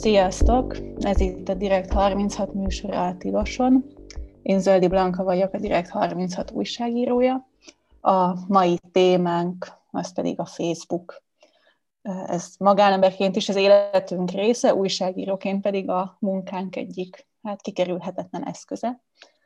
Sziasztok! Ez itt a Direkt 36 műsora a Tiloson. Én Zöldi Blanka vagyok, a Direkt 36 újságírója. A mai témánk az pedig a Facebook. Ez magánemberként is az életünk része, újságíróként pedig a munkánk egyik kikerülhetetlen eszköze.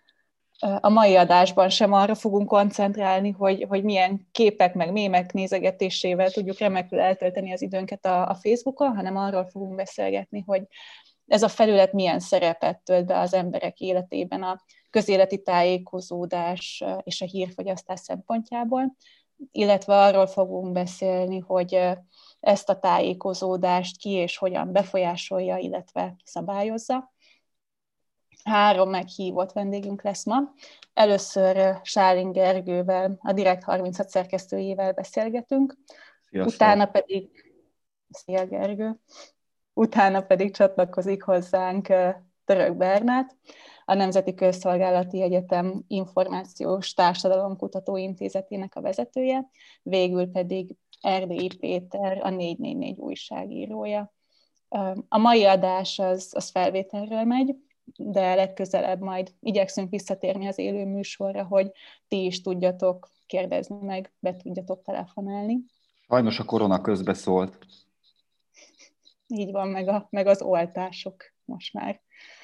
A mai adásban sem arra fogunk koncentrálni, hogy milyen képek meg mémek nézegetésével tudjuk remekül eltölteni az időnket a Facebookon, hanem arról fogunk beszélgetni, hogy ez a felület milyen szerepet tölt be az emberek életében a közéleti tájékozódás és a hírfogyasztás szempontjából, illetve arról fogunk beszélni, hogy ezt a tájékozódást ki és hogyan befolyásolja, illetve szabályozza. 3 meghívott vendégünk lesz ma. Először Sáling Gergővel, a Direkt 36 szerkesztőjével beszélgetünk. Sziasztok. Szia Gergő! Utána pedig csatlakozik hozzánk Török Bernát, a Nemzeti Közszolgálati Egyetem Információs Társadalomkutató Intézetének a vezetője, végül pedig Erdélyi Péter, a 444 újságírója. A mai adás az felvételről megy, de legközelebb majd igyekszünk visszatérni az élő műsorra, hogy ti is tudjatok kérdezni meg, be tudjatok telefonálni. Sajnos a korona közbeszólt. Így van, meg az oltások most már.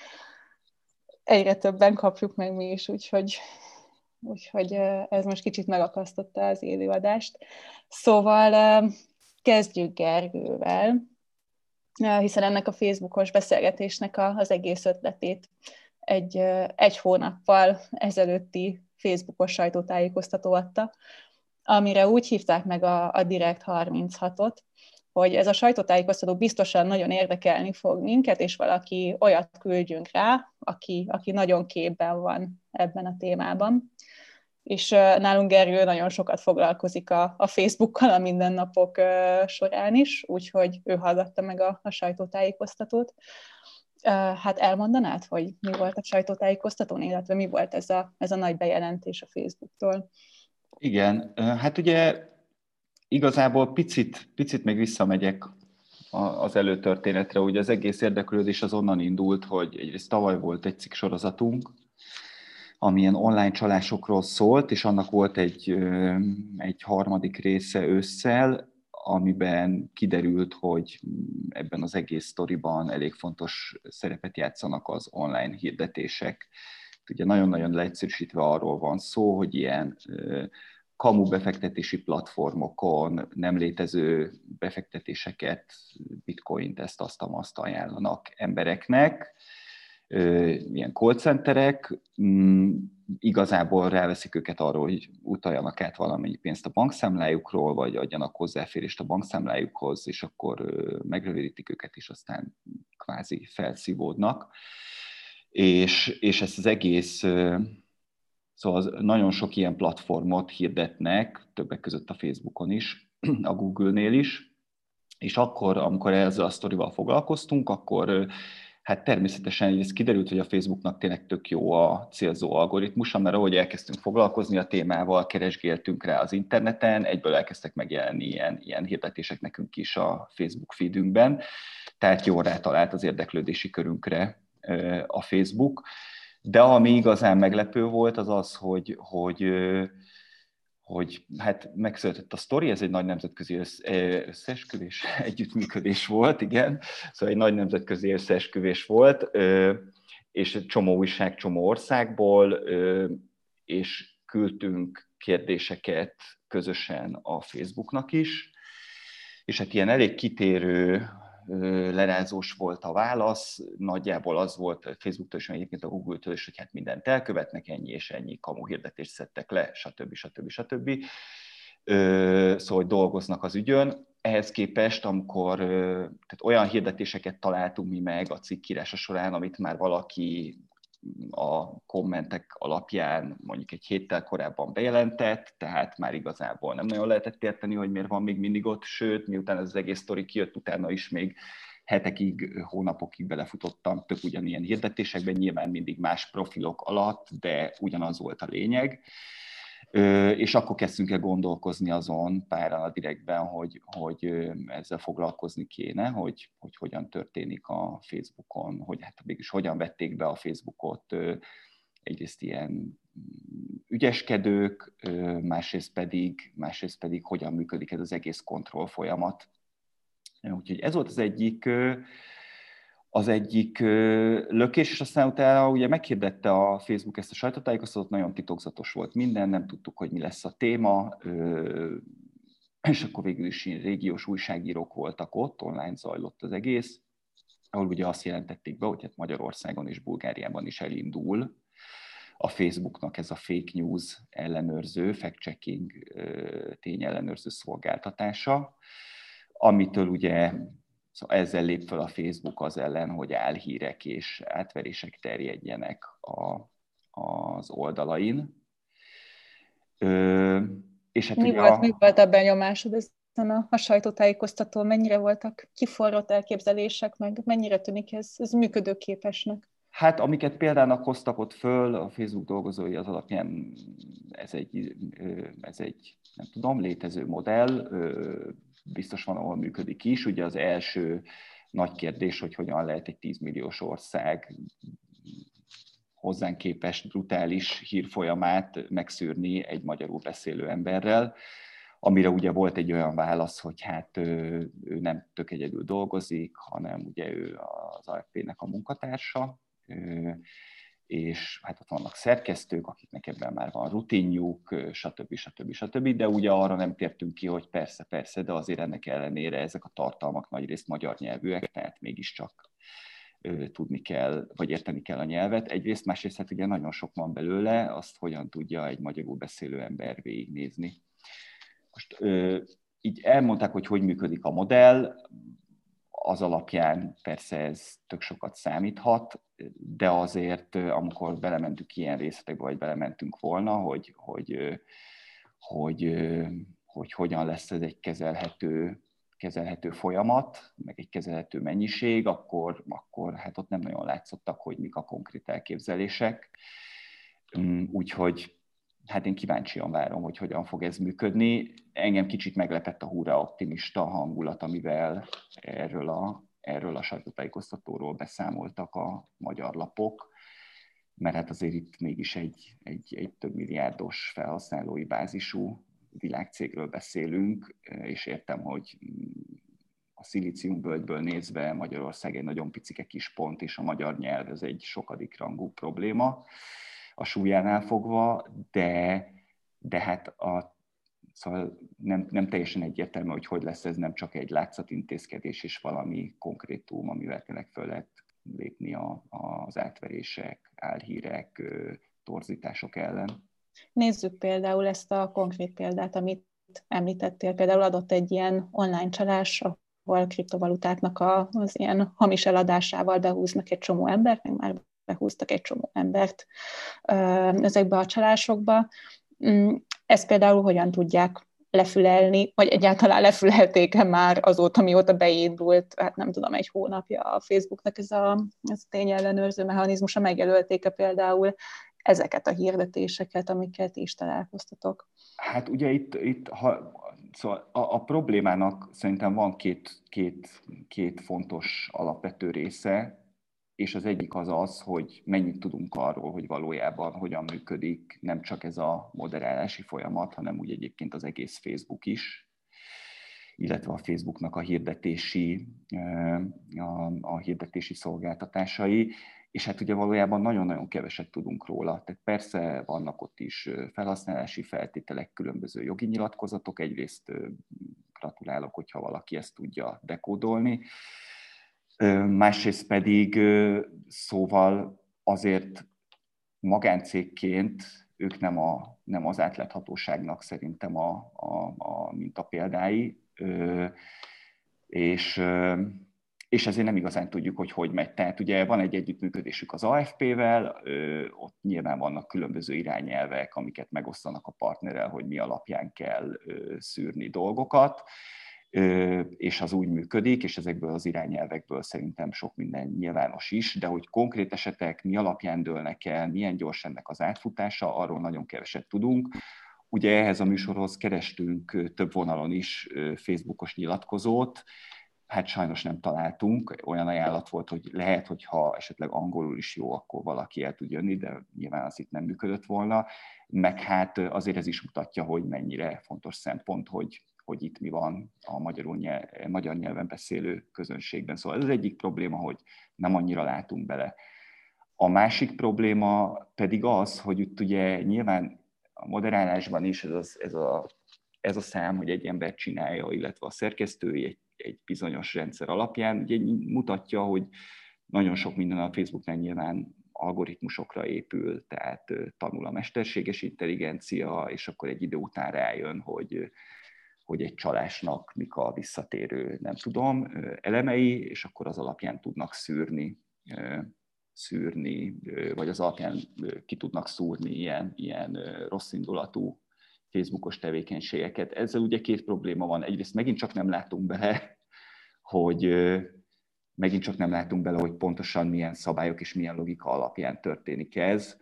Egyre többen kapjuk meg mi is, úgyhogy ez most kicsit megakasztotta az élőadást. Szóval kezdjük Gergővel, hiszen ennek a Facebookos beszélgetésnek az egész ötletét egy hónappal ezelőtti Facebookos sajtótájékoztató adta, amire úgy hívták meg a Direkt 36-ot, hogy ez a sajtótájékoztató biztosan nagyon érdekelni fog minket, és valaki olyat küldjünk rá, aki nagyon képben van ebben a témában. És nálunk Gergő nagyon sokat foglalkozik a Facebookkal a mindennapok során is, úgyhogy ő hallgatta meg a sajtótájékoztatót. Hát elmondanád, hogy mi volt a sajtótájékoztatón, illetve mi volt ez a nagy bejelentés a Facebooktól? Igen, hát ugye igazából picit még visszamegyek az előtörténetre. Ugye az egész érdeklődés az onnan indult, hogy egyrészt tavaly volt egy cikk sorozatunk, amilyen online csalásokról szólt, és annak volt egy harmadik része ősszel, amiben kiderült, hogy ebben az egész sztoriban elég fontos szerepet játszanak az online hirdetések. Ugye nagyon-nagyon leegyszerűsítve arról van szó, hogy ilyen kamu befektetési platformokon nem létező befektetéseket, bitcoint, ezt-azt ajánlanak embereknek, ilyen call centerek, igazából ráveszik őket arról, hogy utaljanak át valamennyi pénzt a bankszámlájukról, vagy adjanak hozzáférést a bankszámlájukhoz, és akkor megrövidítik őket, és aztán kvázi felszívódnak. És ezt az egész, szóval nagyon sok ilyen platformot hirdetnek, többek között a Facebookon is, a Google-nél is, és akkor, amikor ezzel a sztorival foglalkoztunk, akkor hát természetesen ez kiderült, hogy a Facebooknak tényleg tök jó a célzó algoritmusa, mert ahogy elkezdtünk foglalkozni a témával, keresgéltünk rá az interneten, egyből elkezdtek megjelenni ilyen hirdetések nekünk is a Facebook feedünkben, tehát jól rátalált az érdeklődési körünkre a Facebook. De ami igazán meglepő volt, az az, hogy hát megszületett a sztori, ez egy nagy nemzetközi összeesküvés, együttműködés volt, igen, szóval egy nagy nemzetközi összeesküvés volt, és egy csomó újság, csomó országból, és küldtünk kérdéseket közösen a Facebooknak is, és hát ilyen elég kitérő, lerázós volt a válasz, nagyjából az volt a Facebooktól és egyébként a Google-től is, hogy hát mindent elkövetnek, ennyi és ennyi kamu hirdetést szedtek le, stb. Szóval, hogy dolgoznak az ügyön. Ehhez képest, amikor tehát olyan hirdetéseket találtunk mi meg a cikkírása során, amit már valaki a kommentek alapján mondjuk egy héttel korábban bejelentett, tehát már igazából nem nagyon lehetett érteni, hogy miért van még mindig ott, sőt, miután ez az egész sztori kijött, utána is még hetekig, hónapokig belefutottam tök ugyanilyen hirdetésekben, nyilván mindig más profilok alatt, de ugyanaz volt a lényeg. És akkor kezdtünk el gondolkozni azon páran a direktben, hogy ezzel foglalkozni kéne, hogy hogyan történik a Facebookon, hogy hát mégis hogyan vették be a Facebookot egyrészt ilyen ügyeskedők, másrészt pedig hogyan működik ez az egész kontroll folyamat. Úgyhogy ez volt az egyik lökés, és aztán utána ugye meghirdette a Facebook ezt a sajtótájékoztatót, nagyon titokzatos volt minden, nem tudtuk, hogy mi lesz a téma, és akkor végül is régiós újságírók voltak ott, online zajlott az egész, ahol ugye azt jelentették be, hogy hát Magyarországon és Bulgáriában is elindul a Facebooknak ez a fake news ellenőrző, fact-checking tényellenőrző szolgáltatása, amitől ugye szóval ezzel lép fel a Facebook az ellen, hogy álhírek és átverések terjedjenek az oldalain. És hát Mi volt a benyomásod ezen a sajtótájékoztatón? Mennyire voltak kiforrott elképzelések, meg mennyire tűnik ez működőképesnek? Hát amiket példának hoztak ott föl, a Facebook dolgozói az alapján ez egy nem tudom, létező modell, biztos van, ahol működik is. Ugye az első nagy kérdés, hogy hogyan lehet egy 10 milliós ország hozzánk képest brutális hírfolyamát megszűrni egy magyarul beszélő emberrel, amire ugye volt egy olyan válasz, hogy hát ő nem tök egyedül dolgozik, hanem ugye ő az AFP-nek a munkatársa, és hát ott vannak szerkesztők, akiknek ebben már van rutinjuk, stb. De ugye arra nem tértünk ki, hogy persze, de azért ennek ellenére ezek a tartalmak nagyrészt magyar nyelvűek, tehát mégiscsak tudni kell, vagy érteni kell a nyelvet. Egyrészt, másrészt hát ugye nagyon sok van belőle, azt hogyan tudja egy magyarul beszélő ember végignézni. Most így elmondták, hogy működik a modell, az alapján persze ez tök sokat számíthat, de azért, amikor belementünk ilyen részletekbe, vagy belementünk volna, hogy hogyan lesz ez egy kezelhető folyamat, meg egy kezelhető mennyiség, akkor hát ott nem nagyon látszottak, hogy mik a konkrét elképzelések. Úgyhogy hát én kíváncsian várom, hogy hogyan fog ez működni. Engem kicsit meglepett a hurrá optimista hangulat, amivel erről a sajtótájékoztatóról beszámoltak a magyar lapok, mert hát azért itt mégis egy több milliárdos felhasználói bázisú világcégről beszélünk, és értem, hogy a szilíciumbölgyből nézve Magyarország egy nagyon picike kis pont, és a magyar nyelv ez egy sokadik rangú probléma a súlyánál fogva, de hát szóval nem teljesen egyértelmű, hogy lesz ez, nem csak egy látszatintézkedés és valami konkrétum, amivel tényleg föl lehet lépni az átverések, álhírek, torzítások ellen. Nézzük például ezt a konkrét példát, amit említettél. Például adott egy ilyen online csalás, ahol kriptovalutáknak az ilyen hamis eladásával behúznak egy csomó embert, meg már behúztak egy csomó embert ezekbe a csalásokba. Ezt például hogyan tudják lefülelni, vagy egyáltalán lefülelték-e már azóta, mióta beindult, hát nem tudom, egy hónapja a Facebooknak ez a tényellenőrző mechanizmusa, megjelölték-e például ezeket a hirdetéseket, amiket is találkoztatok? Hát ugye itt szóval a problémának szerintem van két fontos alapvető része, és az egyik az, hogy mennyit tudunk arról, hogy valójában hogyan működik nem csak ez a moderálási folyamat, hanem úgy egyébként az egész Facebook is, illetve a Facebooknak a hirdetési szolgáltatásai, és hát ugye valójában nagyon-nagyon keveset tudunk róla. Tehát persze vannak ott is felhasználási feltételek, különböző jogi nyilatkozatok, egyrészt gratulálok, hogyha valaki ezt tudja dekódolni, másrészt pedig szóval azért magáncégként ők nem az átláthatóságnak szerintem a mintapéldái, és ezért nem igazán tudjuk, hogy megy. Tehát ugye van egy együttműködésük az AFP-vel, ott nyilván vannak különböző irányelvek, amiket megosztanak a partnerrel, hogy mi alapján kell szűrni dolgokat, és az úgy működik, és ezekből az irányelvekből szerintem sok minden nyilvános is, de hogy konkrét esetek mi alapján dőlnek el, milyen gyors ennek az átfutása, arról nagyon keveset tudunk. ugye ehhez a műsorhoz kerestünk több vonalon is Facebookos nyilatkozót, hát sajnos nem találtunk. Olyan ajánlat volt, hogy lehet, hogyha esetleg angolul is jó, akkor valaki el tud jönni, de nyilván az itt nem működött volna. Meg hát azért ez is mutatja, hogy mennyire fontos szempont, hogy itt mi van a magyar nyelven beszélő közönségben. Szóval ez az egyik probléma, hogy nem annyira látunk bele. A másik probléma pedig az, hogy itt ugye nyilván a moderálásban is ez a szám, hogy egy ember csinálja, illetve a szerkesztői egy bizonyos rendszer alapján, ugye mutatja, hogy nagyon sok minden a Facebooknál nyilván algoritmusokra épül, tehát tanul a mesterséges intelligencia, és akkor egy idő után rájön, hogy egy csalásnak mik a visszatérő, nem tudom, elemei, és akkor az alapján tudnak szűrni, vagy az alapján ki tudnak szúrni ilyen rosszindulatú Facebookos tevékenységeket. Ezzel ugye két probléma van. Egyrészt megint csak nem látunk bele, hogy pontosan milyen szabályok és milyen logika alapján történik ez.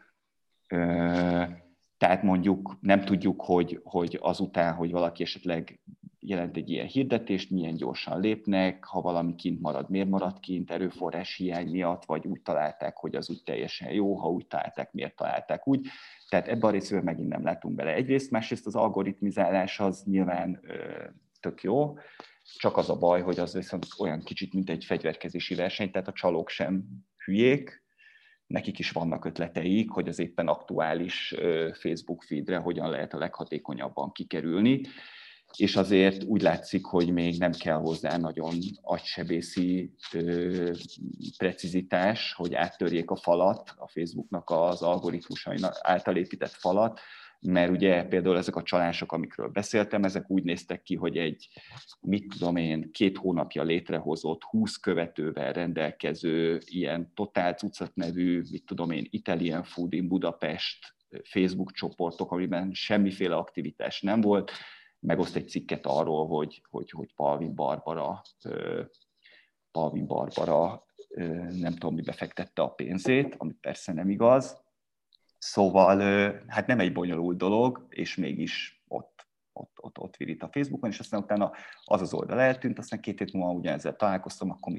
Tehát mondjuk nem tudjuk, hogy azután, hogy valaki esetleg jelent egy ilyen hirdetést, milyen gyorsan lépnek, ha valami kint marad, miért marad kint, erőforrás hiány miatt, vagy úgy találták, hogy az úgy teljesen jó, ha úgy találták, miért találták úgy. Tehát ebben a részben megint nem látunk bele. Egyrészt, másrészt az algoritmizálás az nyilván tök jó, csak az a baj, hogy az viszont olyan kicsit, mint egy fegyverkezési verseny, tehát a csalók sem hülyék, nekik is vannak ötleteik, hogy az éppen aktuális Facebook feedre hogyan lehet a leghatékonyabban kikerülni, és azért úgy látszik, hogy még nem kell hozzá nagyon agysebészi precizitás, hogy áttörjék a falat, a Facebooknak az algoritmusai által épített falat, mert ugye például ezek a csalások, amikről beszéltem, ezek úgy néztek ki, hogy egy, 2 hónapja létrehozott 20 követővel rendelkező ilyen Totál Cucat nevű, Italian Food in Budapest Facebook csoportok, amiben semmiféle aktivitás nem volt, megoszt egy cikket arról, hogy Palvin Barbara nem tudom, mibe fektette a pénzét, ami persze nem igaz. Szóval hát nem egy bonyolult dolog, és mégis ott virít a Facebookon, és aztán utána az oldal eltűnt, aztán 2 hét múlva ugyanezzel találkoztam, akkor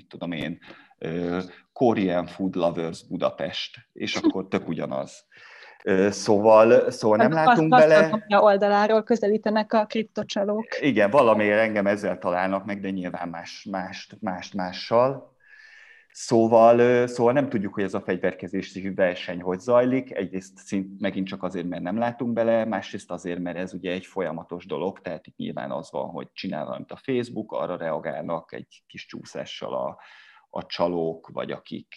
Korean Food Lovers Budapest, és akkor tök ugyanaz. Szóval nem látunk bele. A oldaláról közelítenek a kriptocsalók. Igen, valamiért engem ezzel találnak meg, de nyilván mással. Szóval nem tudjuk, hogy ez a fegyverkezési verseny hogy zajlik. Egyrészt megint csak azért, mert nem látunk bele, másrészt azért, mert ez ugye egy folyamatos dolog, tehát itt nyilván az van, hogy csinál valamit a Facebook, arra reagálnak egy kis csúszással a csalók, vagy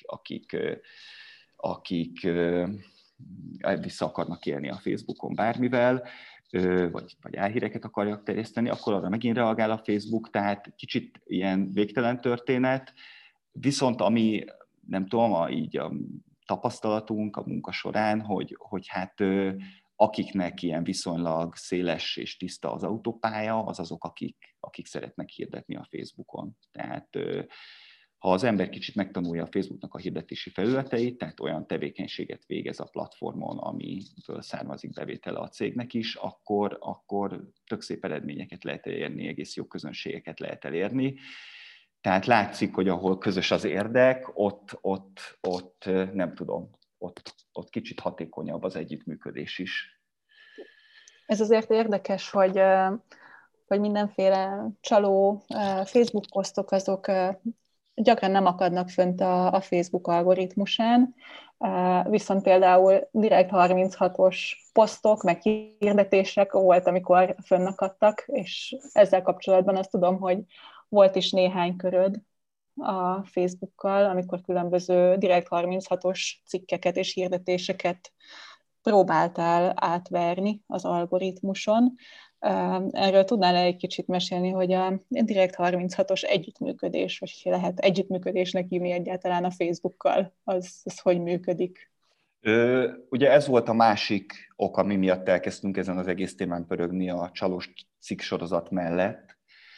akik vissza akarnak élni a Facebookon bármivel, vagy álhíreket akarják terjeszteni, akkor arra megint reagál a Facebook, tehát kicsit ilyen végtelen történet. Viszont ami, nem tudom, így a tapasztalatunk a munka során, hogy hát akiknek ilyen viszonylag széles és tiszta az autópálya, az azok, akik szeretnek hirdetni a Facebookon. Tehát ha az ember kicsit megtanulja a Facebooknak a hirdetési felületeit, tehát olyan tevékenységet végez a platformon, amiből származik bevétele a cégnek is, akkor tök szép eredményeket lehet elérni, egész jó közönségeket lehet elérni. Tehát látszik, hogy ahol közös az érdek, ott nem tudom, ott kicsit hatékonyabb az együttműködés is. Ez azért érdekes, hogy mindenféle csaló Facebook posztok azok gyakran nem akadnak fönt a Facebook algoritmusán, viszont például direkt 36-os posztok, meg hirdetések volt, amikor fönnakadtak, és ezzel kapcsolatban azt tudom, hogy volt is néhány köröd a Facebookkal, amikor különböző direkt 36-os cikkeket és hirdetéseket próbáltál átverni az algoritmuson. Erről tudnál egy kicsit mesélni, hogy a direkt 36-os együttműködés, vagy lehet együttműködésnek hívni egyáltalán a Facebookkal, az hogy működik? Ugye ez volt a másik ok, ami miatt elkezdtünk ezen az egész témán pörögni a csalós cikksorozat mellett,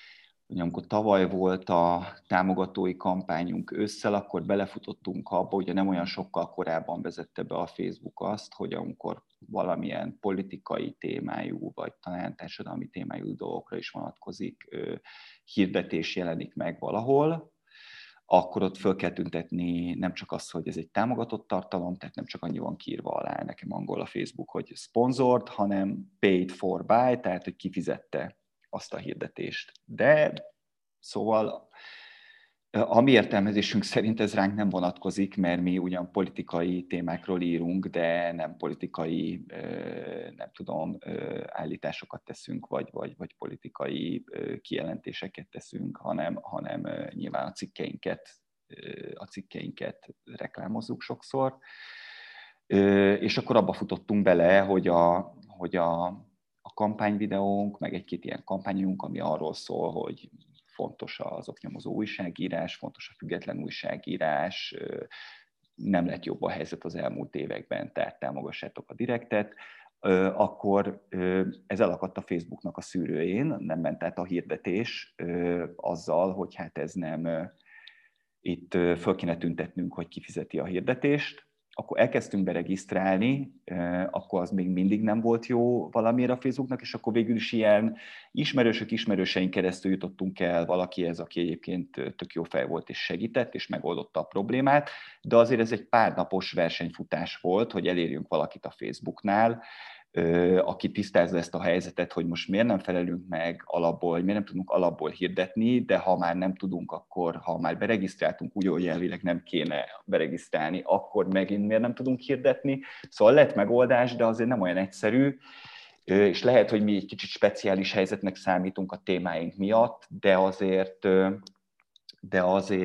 hogy amikor tavaly volt a támogatói kampányunk ősszel, akkor belefutottunk abba, ugye nem olyan sokkal korábban vezette be a Facebook azt, hogy amikor valamilyen politikai témájú, vagy talán társadalmi témájú dolgokra is vonatkozik, hirdetés jelenik meg valahol, akkor ott föl kell tüntetni nem csak azt, hogy ez egy támogatott tartalom, tehát nem csak annyi van kiírva alá, nekem angol a Facebook, hogy sponsored, hanem paid for by, tehát hogy kifizette azt a hirdetést. De szóval a mi értelmezésünk szerint ez ránk nem vonatkozik, mert mi ugyan politikai témákról írunk, de nem politikai, nem tudom, állításokat teszünk, vagy politikai kijelentéseket teszünk, hanem nyilván a cikkeinket reklámozzuk sokszor. És akkor abba futottunk bele, hogy a kampányvideónk, meg egy-két ilyen kampányunk, ami arról szól, hogy fontos az oknyomozó újságírás, fontos a független újságírás, nem lett jobb a helyzet az elmúlt években, tehát támogassátok a Direktet, akkor ez elakadt a Facebooknak a szűrőjén, nem ment át a hirdetés azzal, hogy hát ez nem, itt föl kéne tüntetnünk, hogy kifizeti a hirdetést. Akkor elkezdtünk beregisztrálni, akkor az még mindig nem volt jó valamiért a Facebooknak, és akkor végül is ilyen ismerőseink keresztül jutottunk el valakihez, aki egyébként tök jó fej volt és segített, és megoldotta a problémát, de azért ez egy pár napos versenyfutás volt, hogy elérjünk valakit a Facebooknál, aki tisztázza ezt a helyzetet, hogy most miért nem felelünk meg alapból, miért nem tudunk alapból hirdetni, de ha már nem tudunk, akkor ha már beregisztráltunk, úgy, hogy elvileg nem kéne beregisztrálni, akkor megint miért nem tudunk hirdetni. Szóval lett megoldás, de azért nem olyan egyszerű, és lehet, hogy mi egy kicsit speciális helyzetnek számítunk a témáink miatt, de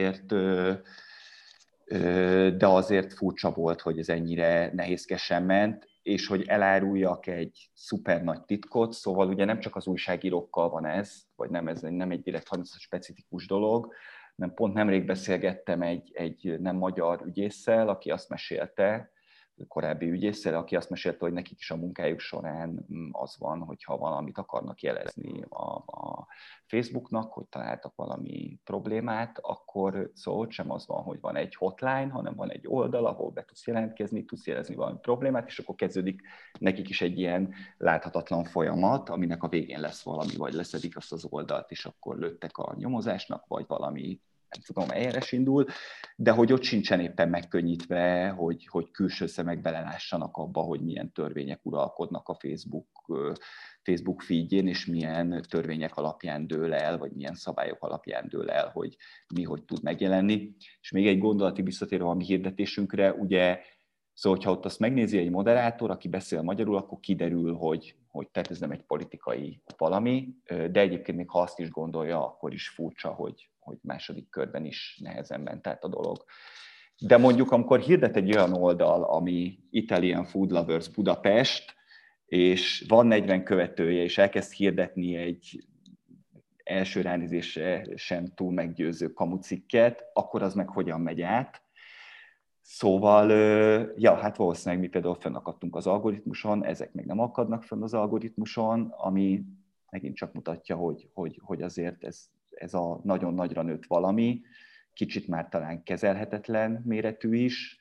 azért furcsa volt, hogy ez ennyire nehézkesen ment, és hogy eláruljak egy szuper nagy titkot, szóval ugye nem csak az újságírókkal van ez, vagy nem egy direkt specifikus dolog, hanem pont nemrég beszélgettem egy nem magyar ügyésszel, aki azt mesélte, korábbi ügyésszel, aki azt mesélte, hogy nekik is a munkájuk során az van, hogyha valamit akarnak jelezni a Facebooknak, hogy találtak valami problémát, akkor szóval sem az van, hogy van egy hotline, hanem van egy oldal, ahol be tudsz jelentkezni, tudsz jelezni valami problémát, és akkor kezdődik nekik is egy ilyen láthatatlan folyamat, aminek a végén lesz valami, vagy leszedik azt az oldalt, és akkor lőttek a nyomozásnak, vagy valami, nem tudom, eljárás indul, de hogy ott sincsen éppen megkönnyítve, hogy külső szemek belelássanak abba, hogy milyen törvények uralkodnak a Facebook feedjén, és milyen törvények alapján dől el, vagy milyen szabályok alapján dől el, hogy mi hogy tud megjelenni. És még egy gondolati visszatérve a mi hirdetésünkre, ugye, szóval, hogyha ott azt megnézi egy moderátor, aki beszél magyarul, akkor kiderül, hogy tehát ez nem egy politikai valami, de egyébként még ha azt is gondolja, akkor is furcsa, hogy második körben is nehezen ment át a dolog. De mondjuk, amikor hirdet egy olyan oldal, ami Italian Food Lovers Budapest, és van 40 követője, és elkezd hirdetni egy első ránézésre sem túl meggyőző kamucikket, akkor az meg hogyan megy át. Szóval, hát valószínűleg mi például fönnakadtunk az algoritmuson, ezek meg nem akadnak fönn az algoritmuson, ami megint csak mutatja, hogy azért ez a nagyon nagyra nőtt valami, kicsit már talán kezelhetetlen méretű is,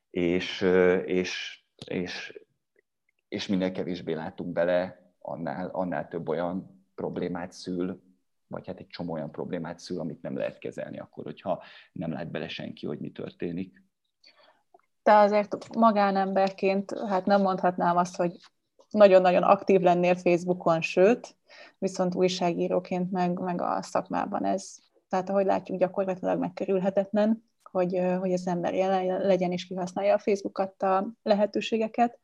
és minél kevésbé látunk bele, annál több olyan problémát szül, vagy hát egy csomó olyan problémát szül, amit nem lehet kezelni akkor, hogyha nem lát bele senki, hogy mi történik. Te azért magánemberként, hát nem mondhatnám azt, hogy nagyon-nagyon aktív lennél Facebookon, sőt, viszont újságíróként meg a szakmában ez, tehát ahogy látjuk, gyakorlatilag megkerülhetetlen, hogy az ember jelen legyen és kihasználja a Facebook adta lehetőségeket.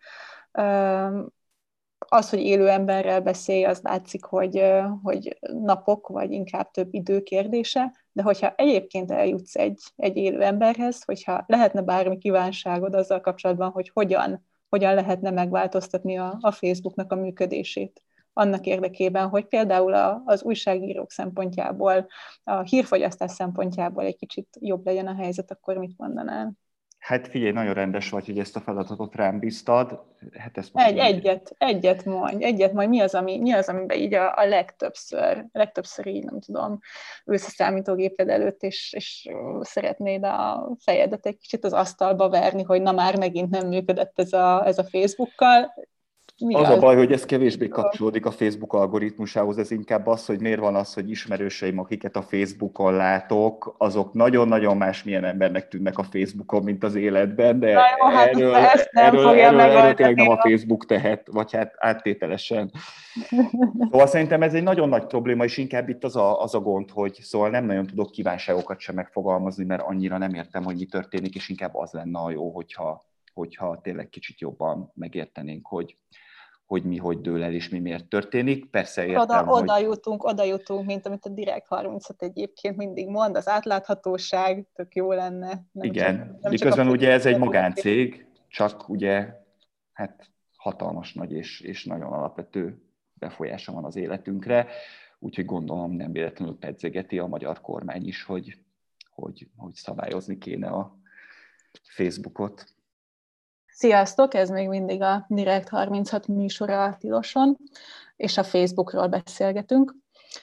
Az, hogy élő emberrel beszélj, az látszik, hogy napok, vagy inkább több idő kérdése, de hogyha egyébként eljutsz egy élő emberhez, hogyha lehetne bármi kívánságod azzal kapcsolatban, hogy hogyan lehetne megváltoztatni a Facebooknak a működését, annak érdekében, hogy például az újságírók szempontjából, a hírfogyasztás szempontjából egy kicsit jobb legyen a helyzet, akkor mit mondanál? Hát figyelj, nagyon rendes vagy, hogy ezt a feladatot rám bíztad. Hát ezt most Egyet mondj, mi az, amiben így a legtöbbször így nem tudom, ülsz a számítógéped előtt, és szeretnéd a fejedet egy kicsit az asztalba verni, hogy na már megint nem működött ez a Facebookkal. Mi Az a az? baj, hogy ez kevésbé kapcsolódik a Facebook algoritmusához, ez inkább az, hogy miért van az, hogy ismerőseim, akiket a Facebookon látok, azok nagyon-nagyon másmilyen embernek tűnnek a Facebookon, mint az életben, Na de jó, hát ezt nem fogja erről tényleg megoldani. nem a Facebook tehet, vagy hát áttételesen. Szóval szerintem ez egy nagyon nagy probléma, és inkább itt az a gond, hogy szóval nem nagyon tudok kívánságokat sem megfogalmazni, mert annyira nem értem, hogy mi történik, és inkább az lenne a jó, hogyha tényleg kicsit jobban megértenénk, hogy mi hogy dől el, és mi miért történik. Persze értem, hogy... Oda jutunk, mint amit a Direkt 36 egyébként mindig mond, az átláthatóság tök jó lenne. Igen, Nem csak miközben ugye ez egy a magáncég, csak ugye hát hatalmas nagy és nagyon alapvető befolyása van az életünkre, úgyhogy gondolom nem véletlenül pedzegeti a magyar kormány is, hogy szabályozni kéne a Facebookot. Sziasztok, ez még mindig a Direkt 36 műsora a Tiloson, és a Facebookról beszélgetünk.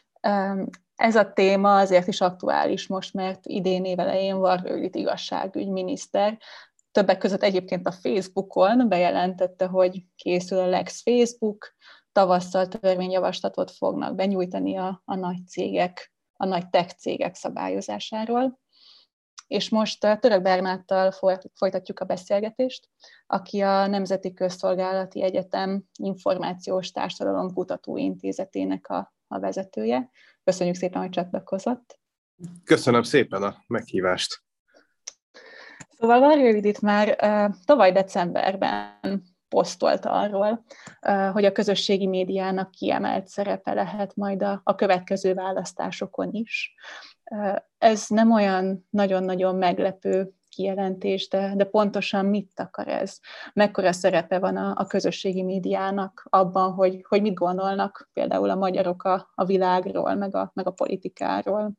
Ez a téma azért is aktuális most, mert idén évelején Varga Judit igazságügyminiszter többek között egyébként a Facebookon bejelentette, hogy készül a Lex Facebook, tavasszal törvényjavaslatot fognak benyújtani a nagy cégek, a nagy tech cégek szabályozásáról. És most Török Bernáttal folytatjuk a beszélgetést, aki a Nemzeti Közszolgálati Egyetem Információs Társadalom Kutatóintézetének a vezetője. Köszönjük szépen, hogy csatlakozott. Köszönöm szépen a meghívást. Szóval Varga Judit már tavaly decemberben posztolt arról, hogy a közösségi médiának kiemelt szerepe lehet majd a következő választásokon is. Ez nem olyan nagyon-nagyon meglepő kijelentés, de pontosan mit akar ez? Mekkora szerepe van a közösségi médiának abban, hogy mit gondolnak például a magyarok a világról, meg a politikáról?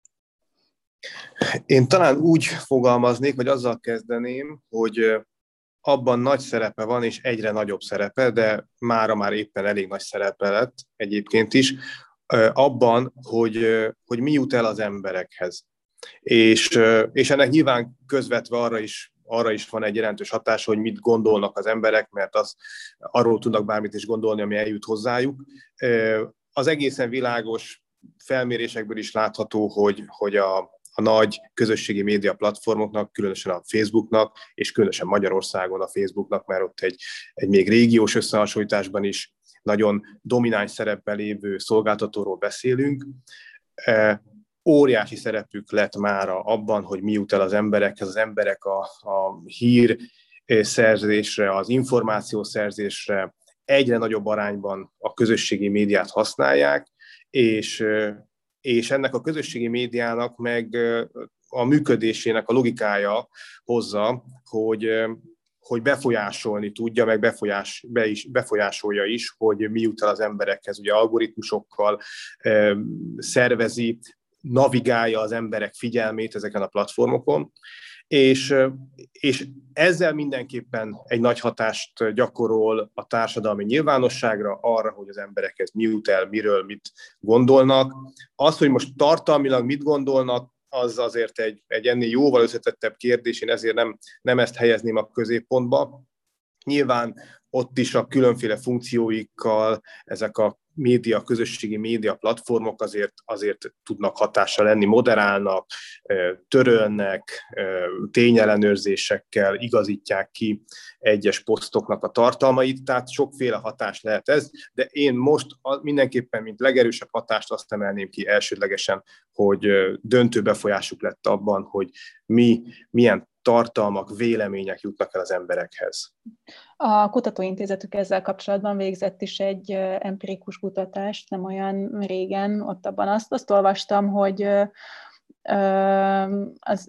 Én talán úgy fogalmaznék, vagy azzal kezdeném, hogy abban nagy szerepe van, és egyre nagyobb szerepe, de mára már éppen elég nagy szerepe lett egyébként is, abban, hogy mi jut el az emberekhez. És ennek nyilván közvetve arra is van egy jelentős hatás, hogy mit gondolnak az emberek, mert arról tudnak bármit is gondolni, ami eljut hozzájuk. Az egészen világos felmérésekből is látható, hogy a nagy közösségi média platformoknak, különösen a Facebooknak, és különösen Magyarországon a Facebooknak, mert ott egy még régiós összehasonlításban is nagyon domináns szerepben lévő szolgáltatóról beszélünk. Óriási szerepük lett mára abban, hogy mi jut el az emberekhez, az emberek a hír szerzésre, az információszerzésre egyre nagyobb arányban a közösségi médiát használják, és ennek a közösségi médiának meg a működésének a logikája hozza, hogy befolyásolni tudja, meg befolyásolja is, hogy mi jut el az emberekhez. Ugye algoritmusokkal szervezi, navigálja az emberek figyelmét ezeken a platformokon, és ezzel mindenképpen egy nagy hatást gyakorol a társadalmi nyilvánosságra, arra, hogy az emberekhez mi jut el, miről mit gondolnak. Az, hogy most tartalmilag mit gondolnak, az azért egy ennél jóval összetettebb kérdés, én ezért nem ezt helyezném a középpontba. Nyilván ott is a különféle funkcióikkal ezek a közösségi média platformok azért tudnak hatással lenni, moderálnak, törölnek, tényellenőrzésekkel igazítják ki egyes posztoknak a tartalmait, tehát sokféle hatás lehet ez, de én most mindenképpen, mint legerősebb hatást azt emelném ki elsődlegesen, hogy döntő befolyásuk lett abban, hogy milyen tartalmak, vélemények jutnak el az emberekhez. A kutatóintézetük ezzel kapcsolatban végzett is egy empirikus kutatást, nem olyan régen, ott abban azt olvastam, hogy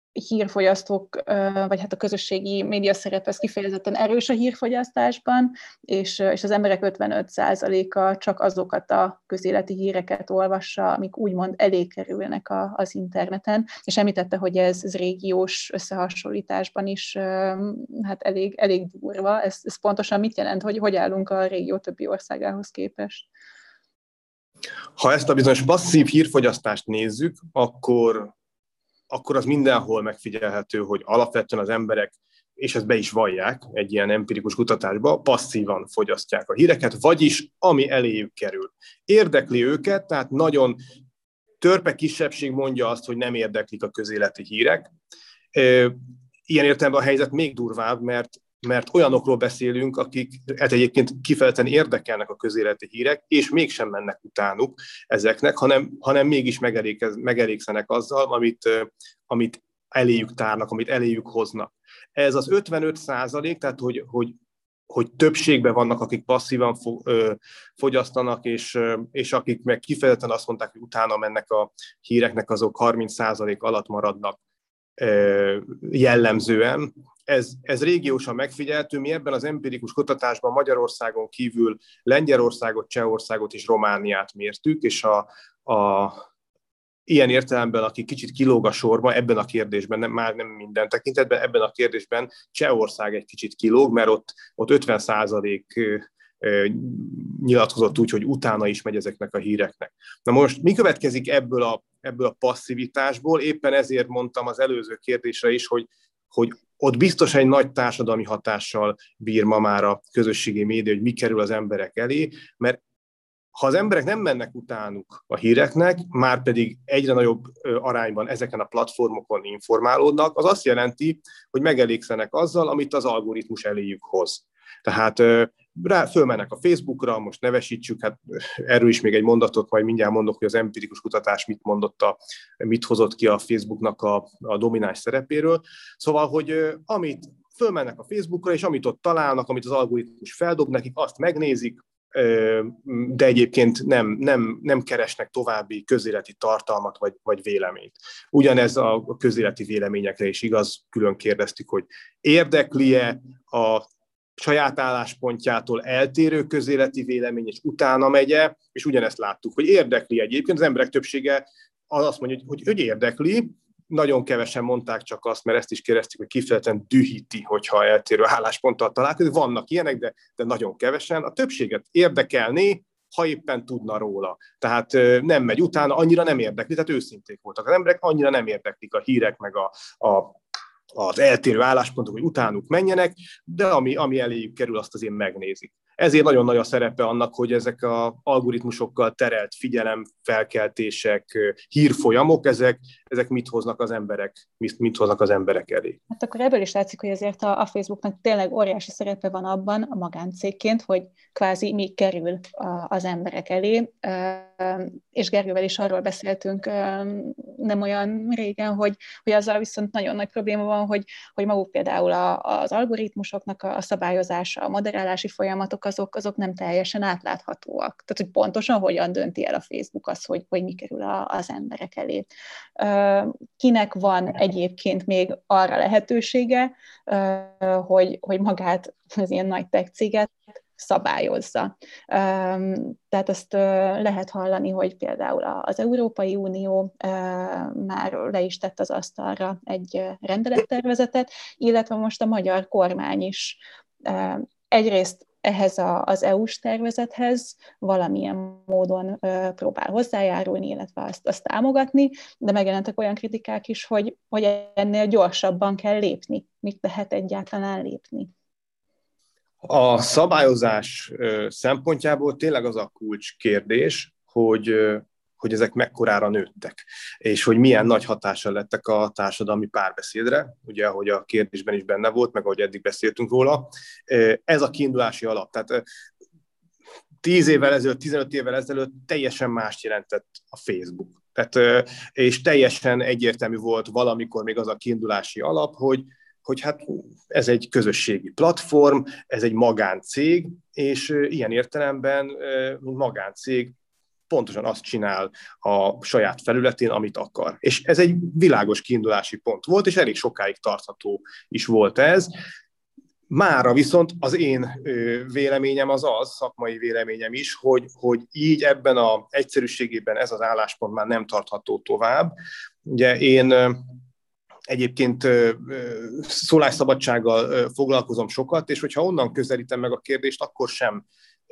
hírfogyasztók, vagy hát a közösségi média szerep ez kifejezetten erős a hírfogyasztásban, és az emberek 55%-a csak azokat a közéleti híreket olvassa, amik úgymond elé kerülnek az interneten, és említette, hogy ez régiós összehasonlításban is hát elég durva. Ez pontosan mit jelent, hogy állunk a régió többi országához képest? Ha ezt a bizonyos passzív hírfogyasztást nézzük, akkor az mindenhol megfigyelhető, hogy alapvetően az emberek, és ezt be is vallják egy ilyen empirikus kutatásba, passzívan fogyasztják a híreket, vagyis ami eléjük kerül. Érdekli őket, tehát nagyon törpe kisebbség mondja azt, hogy nem érdeklik a közéleti hírek. Ilyen értelemben a helyzet még durvább, mert olyanokról beszélünk, akik egyébként kifejezetten érdekelnek a közéleti hírek, és mégsem mennek utánuk ezeknek, hanem mégis megelégszenek azzal, amit eléjük tárnak, amit eléjük hoznak. Ez az 55%, tehát hogy többségben vannak, akik passzívan fogyasztanak, és akik meg kifejezetten azt mondták, hogy utána mennek a híreknek, azok 30% alatt maradnak jellemzően. Ez régiósan megfigyelhető, mi ebben az empirikus kutatásban Magyarországon kívül Lengyelországot, Csehországot és Romániát mértük, és ilyen értelemben, aki kicsit kilóg a sorba ebben a kérdésben, már nem minden tekintetben, ebben a kérdésben Csehország egy kicsit kilóg, mert ott 50% nyilatkozott úgy, hogy utána is megy ezeknek a híreknek. Na most mi következik ebből a passzivitásból? Éppen ezért mondtam az előző kérdésre is, hogy ott biztos egy nagy társadalmi hatással bír ma már a közösségi média, hogy mi kerül az emberek elé, mert ha az emberek nem mennek utánuk a híreknek, már pedig egyre nagyobb arányban ezeken a platformokon informálódnak, az azt jelenti, hogy megelégszenek azzal, amit az algoritmus eléjük hoz. Tehát fölmennek a Facebookra, most nevesítsük, hát erről is még egy mondatot, majd mindjárt mondok, hogy az empirikus kutatás mit hozott ki a Facebooknak a domináns szerepéről. Szóval, hogy amit fölmennek a Facebookra, és amit ott találnak, amit az algoritmus feldob nekik, azt megnézik, de egyébként nem keresnek további közéleti tartalmat vagy véleményt. Ugyanez a közéleti véleményekre is igaz, külön kérdeztük, hogy érdekli-e a saját álláspontjától eltérő közéleti vélemény, és utána megye, és ugyanezt láttuk, hogy érdekli egyébként, az emberek többsége azt mondja, hogy érdekli, nagyon kevesen mondták csak azt, mert ezt is kérdeztük, hogy kifejezetten dühíti, hogyha eltérő állásponttal találkozik. Vannak ilyenek, de nagyon kevesen. A többséget érdekelné, ha éppen tudna róla. Tehát nem megy utána, annyira nem érdekli, tehát őszinték voltak az emberek, annyira nem érdeklik a hírek, meg az eltérő álláspontok, hogy utánuk menjenek, de ami eléjük kerül, azt azért megnézik. Ezért nagyon nagy a szerepe annak, hogy ezek az algoritmusokkal terelt figyelemfelkeltések, hírfolyamok, ezek mit hoznak az emberek elé. Hát akkor ebből is látszik, hogy azért a Facebooknak tényleg óriási szerepe van abban a magáncégként, hogy kvázi mi kerül az emberek elé, és Gergővel is arról beszéltünk nem olyan régen, hogy azzal viszont nagyon nagy probléma van, hogy maguk például az algoritmusoknak a szabályozása, a moderálási folyamatok, azok nem teljesen átláthatóak. Tehát, hogy pontosan hogyan dönti el a Facebook azt, hogy mi kerül az emberek elé. Kinek van egyébként még arra lehetősége, hogy magát az ilyen nagy tech céget szabályozza. Tehát azt lehet hallani, hogy például az Európai Unió már le is tett az asztalra egy rendelettervezetet, illetve most a magyar kormány is egyrészt ehhez az EU-s tervezethez valamilyen módon próbál hozzájárulni, illetve azt támogatni, de megjelentek olyan kritikák is, hogy ennél gyorsabban kell lépni. Mit lehet egyáltalán lépni? A szabályozás szempontjából tényleg az a kulcskérdés, hogy ezek mekkorára nőttek, és hogy milyen nagy hatással lettek a társadalmi párbeszédre, ugye, ahogy a kérdésben is benne volt, meg ahogy eddig beszéltünk róla. Ez a kiindulási alap. Tehát 10 évvel ezelőtt, 15 évvel ezelőtt teljesen mást jelentett a Facebook. Tehát, és teljesen egyértelmű volt valamikor még az a kiindulási alap, hogy hát ez egy közösségi platform, ez egy magáncég, és ilyen értelemben, mint magáncég, pontosan azt csinál a saját felületén, amit akar. És ez egy világos kiindulási pont volt, és elég sokáig tartható is volt ez. Mára viszont az én véleményem az, szakmai véleményem is, hogy így ebben az egyszerűségében ez az álláspont már nem tartható tovább. Ugye én egyébként szólásszabadsággal foglalkozom sokat, és hogyha onnan közelítem meg a kérdést, akkor sem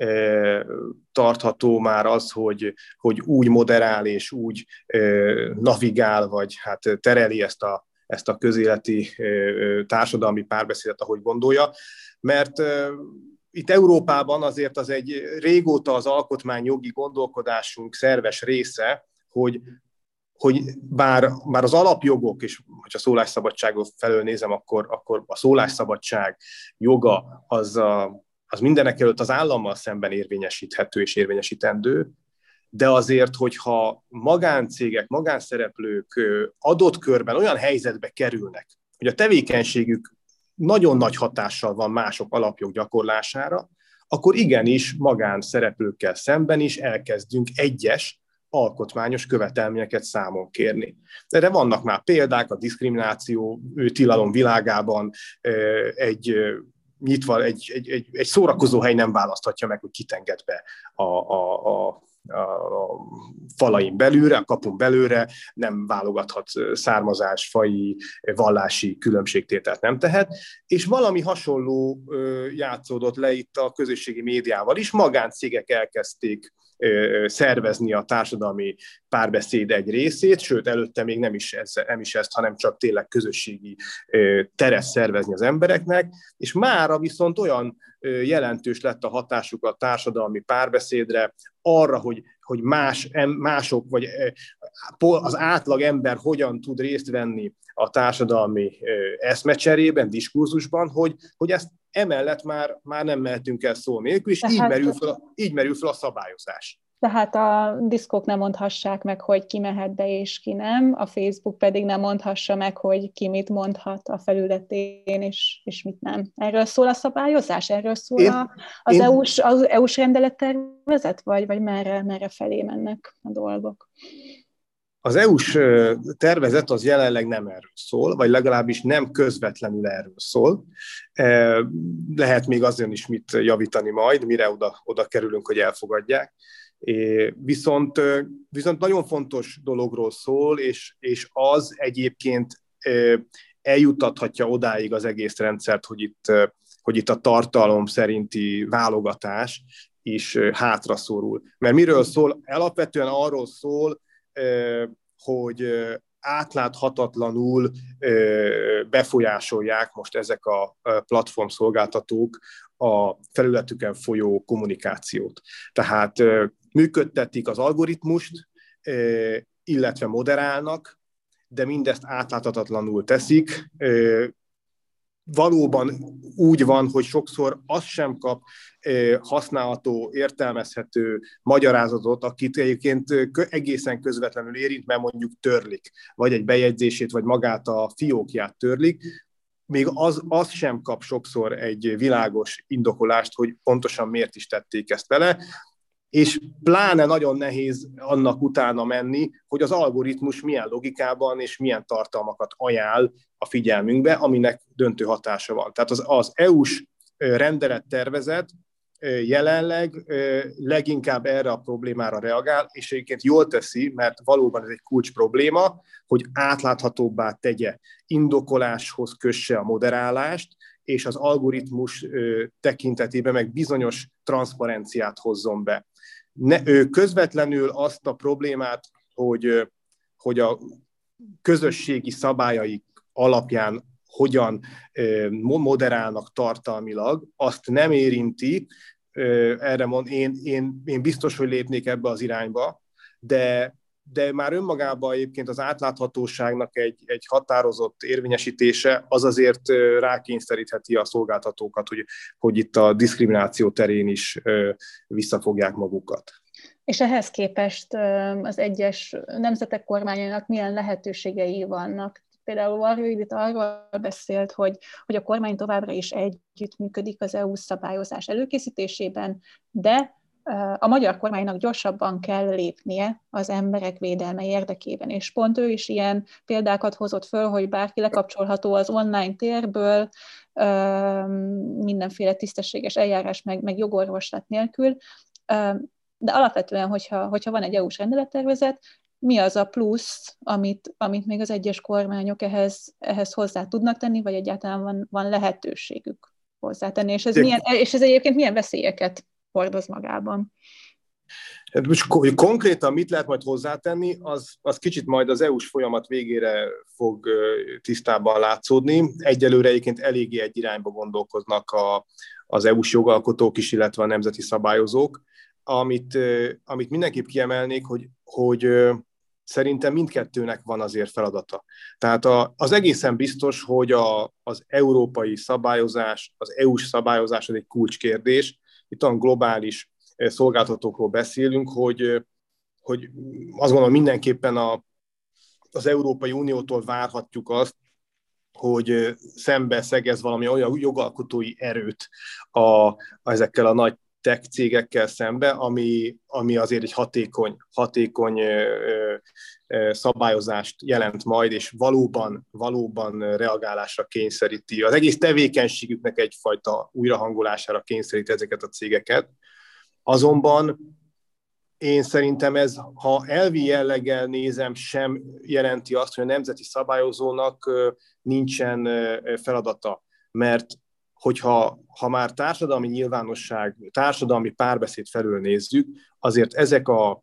tartható már az, hogy úgy moderál és úgy navigál, vagy hát tereli ezt a közéleti társadalmi párbeszédet, ahogy gondolja, mert itt Európában azért az egy régóta az alkotmányjogi gondolkodásunk szerves része, hogy bár az alapjogok, és hogyha szólásszabadságot felől nézem, akkor a szólásszabadság joga az mindenekelőtt az állammal szemben érvényesíthető és érvényesítendő, de azért, hogyha magáncégek, magánszereplők adott körben olyan helyzetbe kerülnek, hogy a tevékenységük nagyon nagy hatással van mások alapjog gyakorlására, akkor igenis magánszereplőkkel szemben is elkezdünk egyes alkotmányos követelményeket számon kérni. Erre vannak már példák, a diszkrimináció tilalom világában egy szórakozóhely nem választhatja meg, hogy kit enged be a falain belőle, a kapun belőle, nem válogathat származás, faji, vallási különbségtételt nem tehet, és valami hasonló játszódott le itt a közösségi médiával is, magáncégek elkezdték szervezni a társadalmi párbeszéd egy részét, sőt, előtte még nem is ezt, hanem csak tényleg közösségi teret szervezni az embereknek, és mára viszont olyan jelentős lett a hatásuk a társadalmi párbeszédre, arra, hogy mások, vagy az átlag ember hogyan tud részt venni a társadalmi eszmecserében, diskurzusban, hogy ezt emellett már nem mehetünk el szó nélkül, és így merül fel a szabályozás. Tehát a diszkók nem mondhassák meg, hogy ki mehet be és ki nem, a Facebook pedig nem mondhassa meg, hogy ki mit mondhat a felületén és mit nem. Erről szól a szabályozás? Erről szól az EU-s rendelettervezet? Vagy merre felé mennek a dolgok? Az EU-s tervezet az jelenleg nem erről szól, vagy legalábbis nem közvetlenül erről szól. Lehet még azon is mit javítani majd, mire oda kerülünk, hogy elfogadják. Viszont nagyon fontos dologról szól, és az egyébként eljuttathatja odáig az egész rendszert, hogy itt a tartalom szerinti válogatás is hátraszorul. Mert miről szól? Alapvetően arról szól, hogy átláthatatlanul befolyásolják most ezek a platformszolgáltatók a felületüken folyó kommunikációt. Tehát működtetik az algoritmust, illetve moderálnak, de mindezt átláthatatlanul teszik. Valóban úgy van, hogy sokszor az sem kap használható, értelmezhető magyarázatot, akit egyébként egészen közvetlenül érint, mert mondjuk törlik, vagy egy bejegyzését, vagy magát a fiókját törlik, még az sem kap sokszor egy világos indokolást, hogy pontosan miért is tették ezt vele, és pláne nagyon nehéz annak utána menni, hogy az algoritmus milyen logikában és milyen tartalmakat ajánl a figyelmünkbe, aminek döntő hatása van. Tehát az EU-s rendelettervezet jelenleg leginkább erre a problémára reagál, és egyébként jól teszi, mert valóban ez egy kulcs probléma, hogy átláthatóbbá tegye, indokoláshoz kösse a moderálást, és az algoritmus tekintetében meg bizonyos transzparenciát hozzon be. Közvetlenül azt a problémát, hogy a közösségi szabályaik alapján hogyan moderálnak tartalmilag, azt nem érinti. Erre én biztos, hogy lépnék ebbe az irányba, de már önmagában egyébként az átláthatóságnak egy határozott érvényesítése az azért rákényszerítheti a szolgáltatókat, hogy itt a diszkrimináció terén is visszafogják magukat. És ehhez képest az egyes nemzetek kormányainak milyen lehetőségei vannak? Például Varga Judit arról beszélt, hogy a kormány továbbra is együttműködik az EU szabályozás előkészítésében, de a magyar kormánynak gyorsabban kell lépnie az emberek védelme érdekében, és pont ő is ilyen példákat hozott föl, hogy bárki lekapcsolható az online térből, mindenféle tisztességes eljárás, meg jogorvoslat nélkül, de alapvetően, hogyha van egy EU-s rendelettervezet, mi az a plusz, amit még az egyes kormányok ehhez hozzá tudnak tenni, vagy egyáltalán van lehetőségük hozzátenni, és ez egyébként milyen veszélyeket hordoz magában? Most konkrétan mit lehet majd hozzátenni, az kicsit majd az EU-s folyamat végére fog tisztában látszódni. Egyelőre egyébként eléggé egy irányba gondolkoznak az EU-s jogalkotók is, illetve a nemzeti szabályozók. Amit mindenképp kiemelnék, hogy szerintem mindkettőnek van azért feladata. Tehát az egészen biztos, hogy az európai szabályozás, az EU-s szabályozás az egy kulcskérdés. Itt olyan globális szolgáltatókról beszélünk, hogy azt gondolom mindenképpen az Európai Uniótól várhatjuk azt, hogy szembe szegez valami olyan jogalkotói erőt ezekkel a nagy tech cégekkel szembe, ami azért egy hatékony szabályozást jelent majd, és valóban reagálásra kényszeríti. Az egész tevékenységüknek egyfajta újrahangolására kényszeríti ezeket a cégeket. Azonban én szerintem ez, ha elvi jelleggel nézem, sem jelenti azt, hogy a nemzeti szabályozónak nincsen feladata. Mert hogyha már társadalmi nyilvánosság, társadalmi párbeszéd felől nézzük, azért ezek a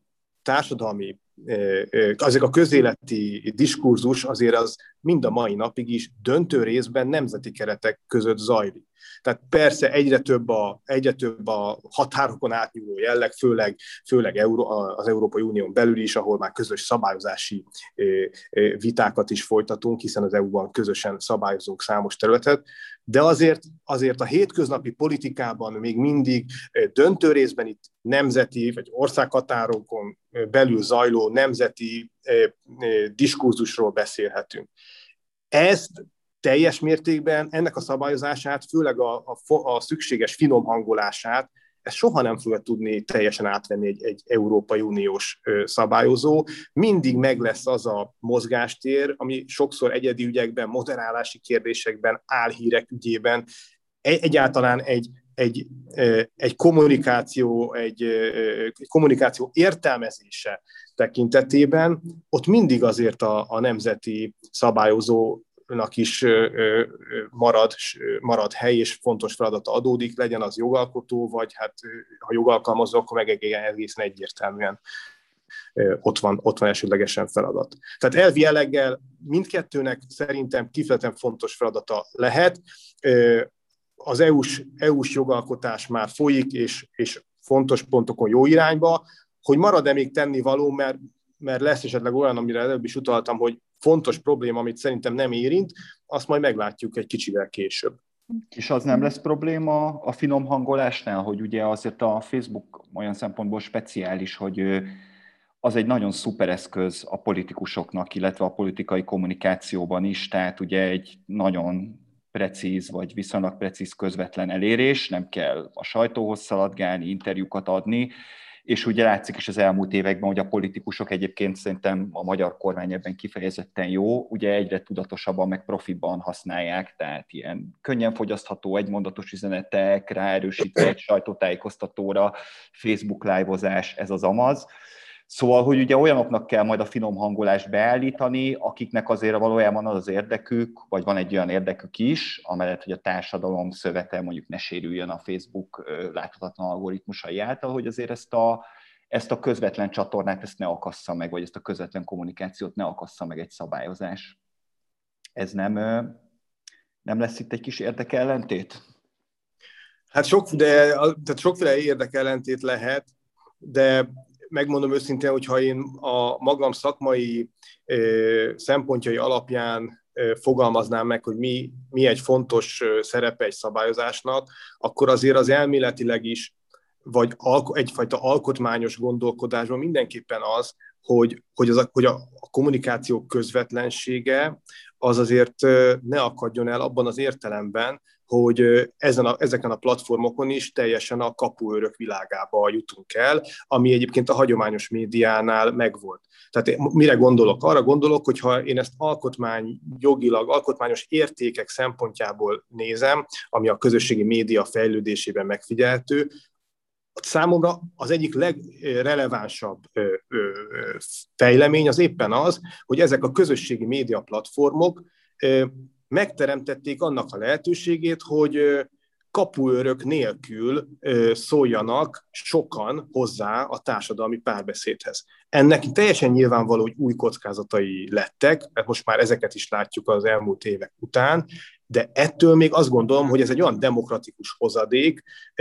közéleti diskurzus azért az mind a mai napig is döntő részben nemzeti keretek között zajlik. Tehát persze egyre több a határokon átnyúló jelleg, főleg az Európai Unión belül is, ahol már közös szabályozási vitákat is folytatunk, hiszen az EU-ban közösen szabályozunk számos területet, de azért a hétköznapi politikában még mindig döntő részben itt nemzeti vagy országhatárokon belül zajló nemzeti diskurzusról beszélhetünk. Ezt teljes mértékben, ennek a szabályozását, főleg a szükséges finom hangolását, ezt soha nem fogja tudni teljesen átvenni egy Európai Uniós szabályozó. Mindig meg lesz az a mozgástér, ami sokszor egyedi ügyekben, moderálási kérdésekben, álhírek ügyében egyáltalán egy kommunikáció értelmezése tekintetében, ott mindig azért a nemzeti szabályozónak is marad hely, és fontos feladata adódik, legyen az jogalkotó, vagy hát ha jogalkalmazó, akkor meg egészen egyértelműen ott van elsődlegesen feladat. Tehát elvi jelleggel mindkettőnek szerintem kifejezetten fontos feladata lehet. Az EU-s jogalkotás már folyik, és fontos pontokon jó irányba, hogy marad-e még tennivaló, mert lesz esetleg olyan, amire előbb is utaltam, hogy fontos probléma, amit szerintem nem érint, azt majd meglátjuk egy kicsivel később. És az nem lesz probléma a finom hangolásnál, hogy ugye azért a Facebook olyan szempontból speciális, hogy az egy nagyon szuper eszköz a politikusoknak, illetve a politikai kommunikációban is, tehát ugye egy nagyon precíz vagy viszonylag precíz közvetlen elérés, nem kell a sajtóhoz szaladgálni, interjúkat adni, és ugye látszik is az elmúlt években, hogy a politikusok egyébként szerintem a magyar kormány ebben kifejezetten jó, ugye egyre tudatosabban meg profibban használják, tehát ilyen könnyen fogyasztható egymondatos üzenetek, ráerősítve egy sajtótájékoztatóra, Facebook live-ozás, ez az amaz. Szóval, hogy ugye olyanoknak kell majd a finom hangolást beállítani, akiknek azért valójában az érdekük, vagy van egy olyan érdekük is, amellett, hogy a társadalom szövete mondjuk ne sérüljön a Facebook láthatatlan algoritmusai által, hogy azért ezt a közvetlen csatornát ezt ne akassza meg, vagy ezt a közvetlen kommunikációt ne akassza meg egy szabályozás. Ez nem lesz itt egy kis érdekellentét? Hát sokféle érdekellentét lehet, de megmondom őszintén, hogy ha én a magam szakmai szempontjai alapján fogalmaznám meg, hogy mi egy fontos szerepe egy szabályozásnak, akkor azért az elméletileg is, vagy egyfajta alkotmányos gondolkodásban mindenképpen az, hogy a kommunikáció közvetlensége az azért ne akadjon el abban az értelemben, hogy ezeken a platformokon is teljesen a kapuőrök világába jutunk el, ami egyébként a hagyományos médiánál megvolt. Tehát mire gondolok? Arra gondolok, hogy ha én ezt alkotmányjogilag, alkotmányos értékek szempontjából nézem, ami a közösségi média fejlődésében megfigyelhető, számomra az egyik legrelevánsabb fejlemény az éppen az, hogy ezek a közösségi média platformok megteremtették annak a lehetőségét, hogy kapuőrök nélkül szóljanak sokan hozzá a társadalmi párbeszédhez. Ennek teljesen nyilvánvaló, hogy új kockázatai lettek, mert most már ezeket is látjuk az elmúlt évek után, de ettől még azt gondolom, hogy ez egy olyan demokratikus hozadék,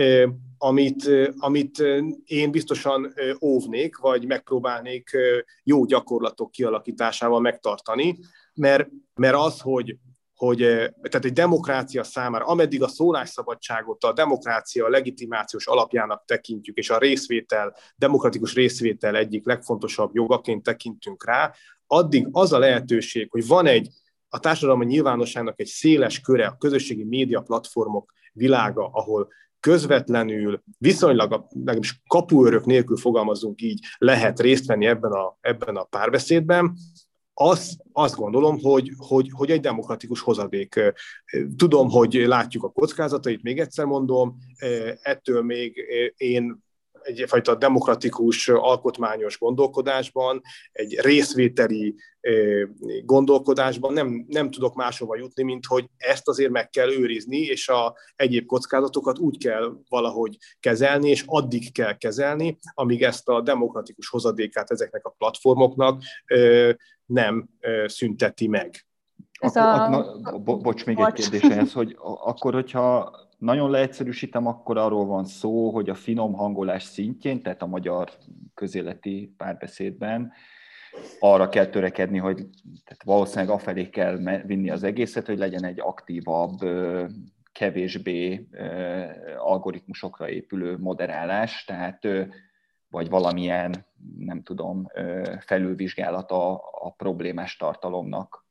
amit én biztosan óvnék, vagy megpróbálnék jó gyakorlatok kialakításával megtartani, mert az, hogy tehát egy demokrácia számára, ameddig a szólásszabadságot a demokrácia legitimációs alapjának tekintjük, és a demokratikus részvétel egyik legfontosabb jogaként tekintünk rá, addig az a lehetőség, hogy van a társadalmi nyilvánosságnak egy széles köre, a közösségi média platformok világa, ahol közvetlenül, viszonylag legalábbis kapuőrök nélkül fogalmazunk így, lehet részt venni ebben a párbeszédben, azt gondolom, hogy egy demokratikus hozadék. Tudom, hogy látjuk a kockázatait, még egyszer mondom, ettől még én egyfajta demokratikus, alkotmányos gondolkodásban, egy részvételi gondolkodásban nem tudok máshova jutni, mint hogy ezt azért meg kell őrizni, és egyéb kockázatokat úgy kell valahogy kezelni, és addig kell kezelni, amíg ezt a demokratikus hozadékát ezeknek a platformoknak nem szünteti meg. Bocs, még egy kérdés ehhez, hogy akkor, hogyha nagyon leegyszerűsítem, akkor arról van szó, hogy a finom hangolás szintjén, tehát a magyar közéleti párbeszédben arra kell törekedni, hogy tehát valószínűleg afelé kell vinni az egészet, hogy legyen egy aktívabb, kevésbé algoritmusokra épülő moderálás, tehát vagy valamilyen, nem tudom, felülvizsgálata a problémás tartalomnak.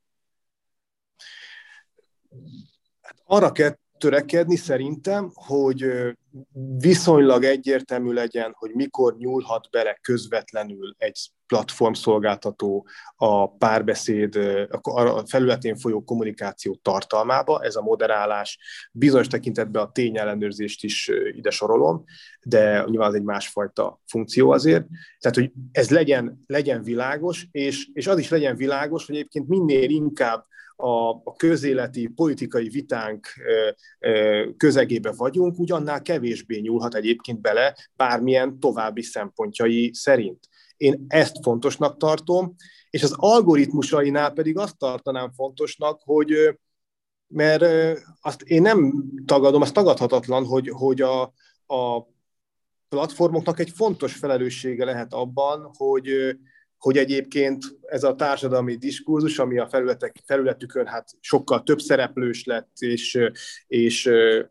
Arra kell törekedni szerintem, hogy viszonylag egyértelmű legyen, hogy mikor nyúlhat bele közvetlenül egy platformszolgáltató a párbeszéd, a felületén folyó kommunikáció tartalmába, ez a moderálás, bizonyos tekintetben a tényellenőrzést is ide sorolom, de nyilván az egy másfajta funkció azért. Tehát, hogy ez legyen világos, és az is legyen világos, hogy egyébként minél inkább a közéleti politikai vitánk közegébe vagyunk, úgy annál kevésbé nyúlhat egyébként bele bármilyen további szempontjai szerint. Én ezt fontosnak tartom, és az algoritmusainál pedig azt tartanám fontosnak, hogy mert azt én nem tagadom, az tagadhatatlan, hogy a platformoknak egy fontos felelőssége lehet abban, hogy egyébként ez a társadalmi diskurzus, ami a felületükön hát sokkal több szereplős lett, és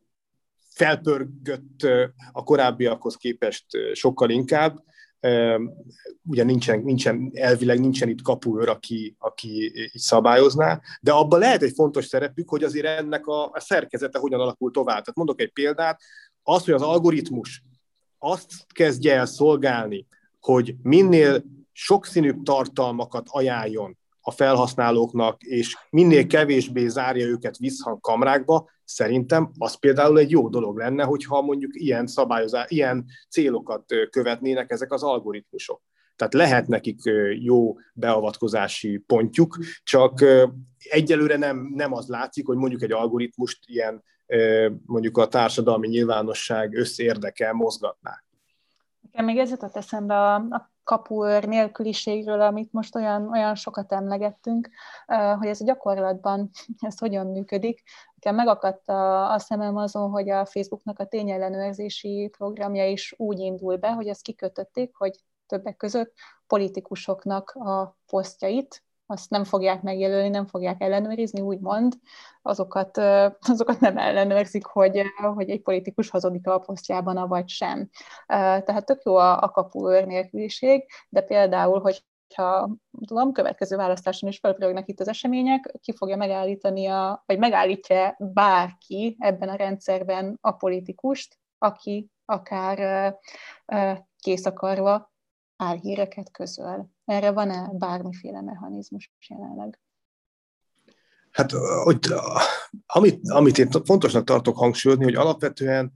felpörgött a korábbiakhoz képest sokkal inkább. Ugye elvileg nincsen itt kapuőr, aki így szabályozná, de abban lehet egy fontos szerepük, hogy azért ennek a szerkezete hogyan alakul tovább. Tehát mondok egy példát, az, hogy az algoritmus azt kezdje el szolgálni, hogy minél sokszínűbb tartalmakat ajánljon a felhasználóknak, és minél kevésbé zárja őket visszhangkamrákba, szerintem az például egy jó dolog lenne, hogyha mondjuk ilyen célokat követnének ezek az algoritmusok. Tehát lehet nekik jó beavatkozási pontjuk, csak egyelőre nem az látszik, hogy mondjuk egy algoritmust ilyen mondjuk a társadalmi nyilvánosság összérdeke mozgatná. Nekem még ez jutott eszembe a kapuőr nélküliségről, amit most olyan sokat emlegettünk, hogy ez a gyakorlatban ez hogyan működik. Nekem megakadt a szemem azon, hogy a Facebooknak a tényellenőrzési programja is úgy indul be, hogy ezt kikötötték, hogy többek között politikusoknak a posztjait, azt nem fogják megjelölni, nem fogják ellenőrizni, úgymond, azokat nem ellenőrzik, hogy egy politikus hazudik a posztjában, vagy sem. Tehát tök jó a kapuőr nélküliség, de például, hogy hogyha tudom, következő választáson is felpörögnek itt az események, ki fogja megállítani, vagy megállítja bárki ebben a rendszerben a politikust, aki akár kész akarva álhíreket közöl. Erre van-e bármiféle mechanizmus jelenleg? Hát, amit én fontosnak tartok hangsúlyozni, hogy alapvetően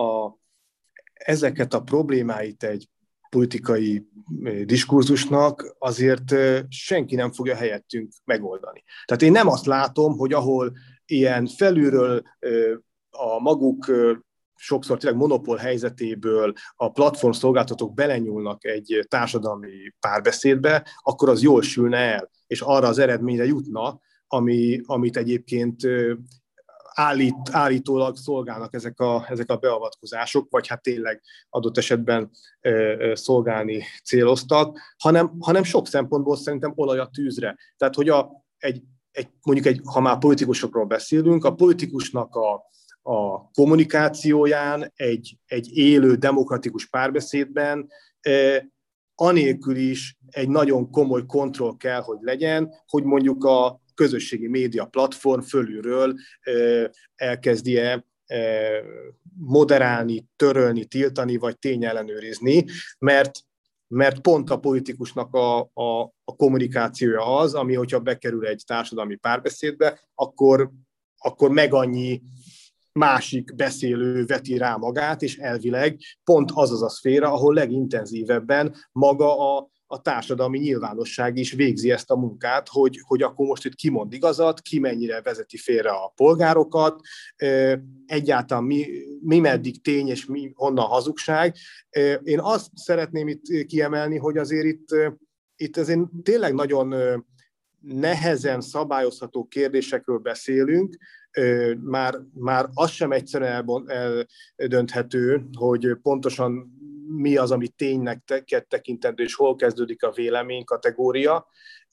ezeket a problémáit egy politikai diskurzusnak azért senki nem fogja helyettünk megoldani. Tehát én nem azt látom, hogy ahol ilyen felülről a maguk sokszor tényleg monopól helyzetéből a platformszolgáltatók belenyúlnak egy társadalmi párbeszédbe, akkor az jól sülne el, és arra az eredményre jutna, amit egyébként állítólag szolgálnak ezek a beavatkozások, vagy hát tényleg adott esetben szolgálni céloztak, hanem sok szempontból szerintem olaj a tűzre. Tehát, hogy mondjuk ha már politikusokról beszélünk, a politikusnak a kommunikációján egy élő demokratikus párbeszédben anélkül is egy nagyon komoly kontroll kell, hogy legyen, hogy mondjuk a közösségi média platform fölülről elkezdje moderálni, törölni, tiltani, vagy tényellenőrizni, mert pont a politikusnak a kommunikációja az, ami, hogyha bekerül egy társadalmi párbeszédbe, akkor meg annyi másik beszélő veti rá magát, és elvileg pont az a szféra, ahol legintenzívebben maga a társadalmi nyilvánosság is végzi ezt a munkát, hogy akkor most itt ki mond igazat, ki mennyire vezeti félre a polgárokat, egyáltalán mi meddig tény, és mi honnan hazugság. Én azt szeretném itt kiemelni, hogy azért itt azért tényleg nagyon nehezen szabályozható kérdésekről beszélünk, már az sem egyszerűen eldönthető, hogy pontosan mi az, ami ténynek tekintendő, és hol kezdődik a vélemény kategória.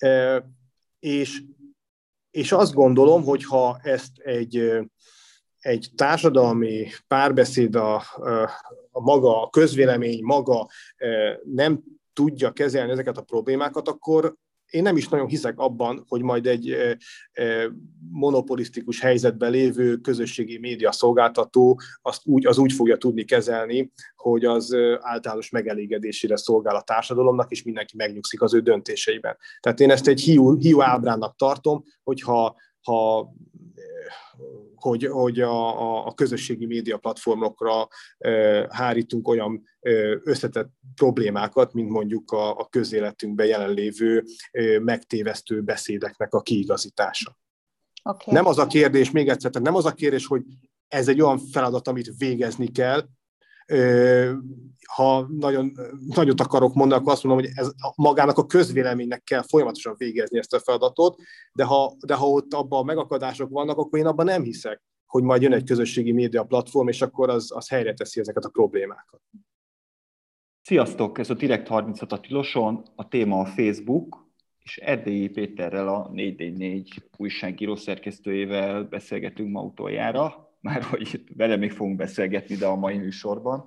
És azt gondolom, hogy ha ezt egy társadalmi párbeszéd, a közvélemény maga nem tudja kezelni ezeket a problémákat, akkor én nem is nagyon hiszek abban, hogy majd egy monopolisztikus helyzetben lévő közösségi média szolgáltató az úgy fogja tudni kezelni, hogy az általános megelégedésére szolgál a társadalomnak, és mindenki megnyugszik az ő döntéseiben. Tehát én ezt egy hiú ábrának tartom, hogy a közösségi média platformokra hárítunk olyan összetett problémákat, mint mondjuk a közéletünkben jelenlévő megtévesztő beszédeknek a kiigazítása. Okay. Nem az a kérdés, még egyszer, nem az a kérdés, hogy ez egy olyan feladat, amit végezni kell. Ha nagyon nagyot akarok mondani, akkor azt mondom, hogy ez magának a közvéleménynek kell folyamatosan végezni ezt a feladatot, de ha ott abban a megakadások vannak, akkor én abban nem hiszek, hogy majd jön egy közösségi média platform, és akkor az helyre teszi ezeket a problémákat. Sziasztok! Ez a Direkt 36 a Tiloson, a téma a Facebook, és Erdélyi Péterrel, a 444 újságíró szerkesztőjével beszélgetünk ma utoljára, már hogy vele még fogunk beszélgetni, de a mai műsorban.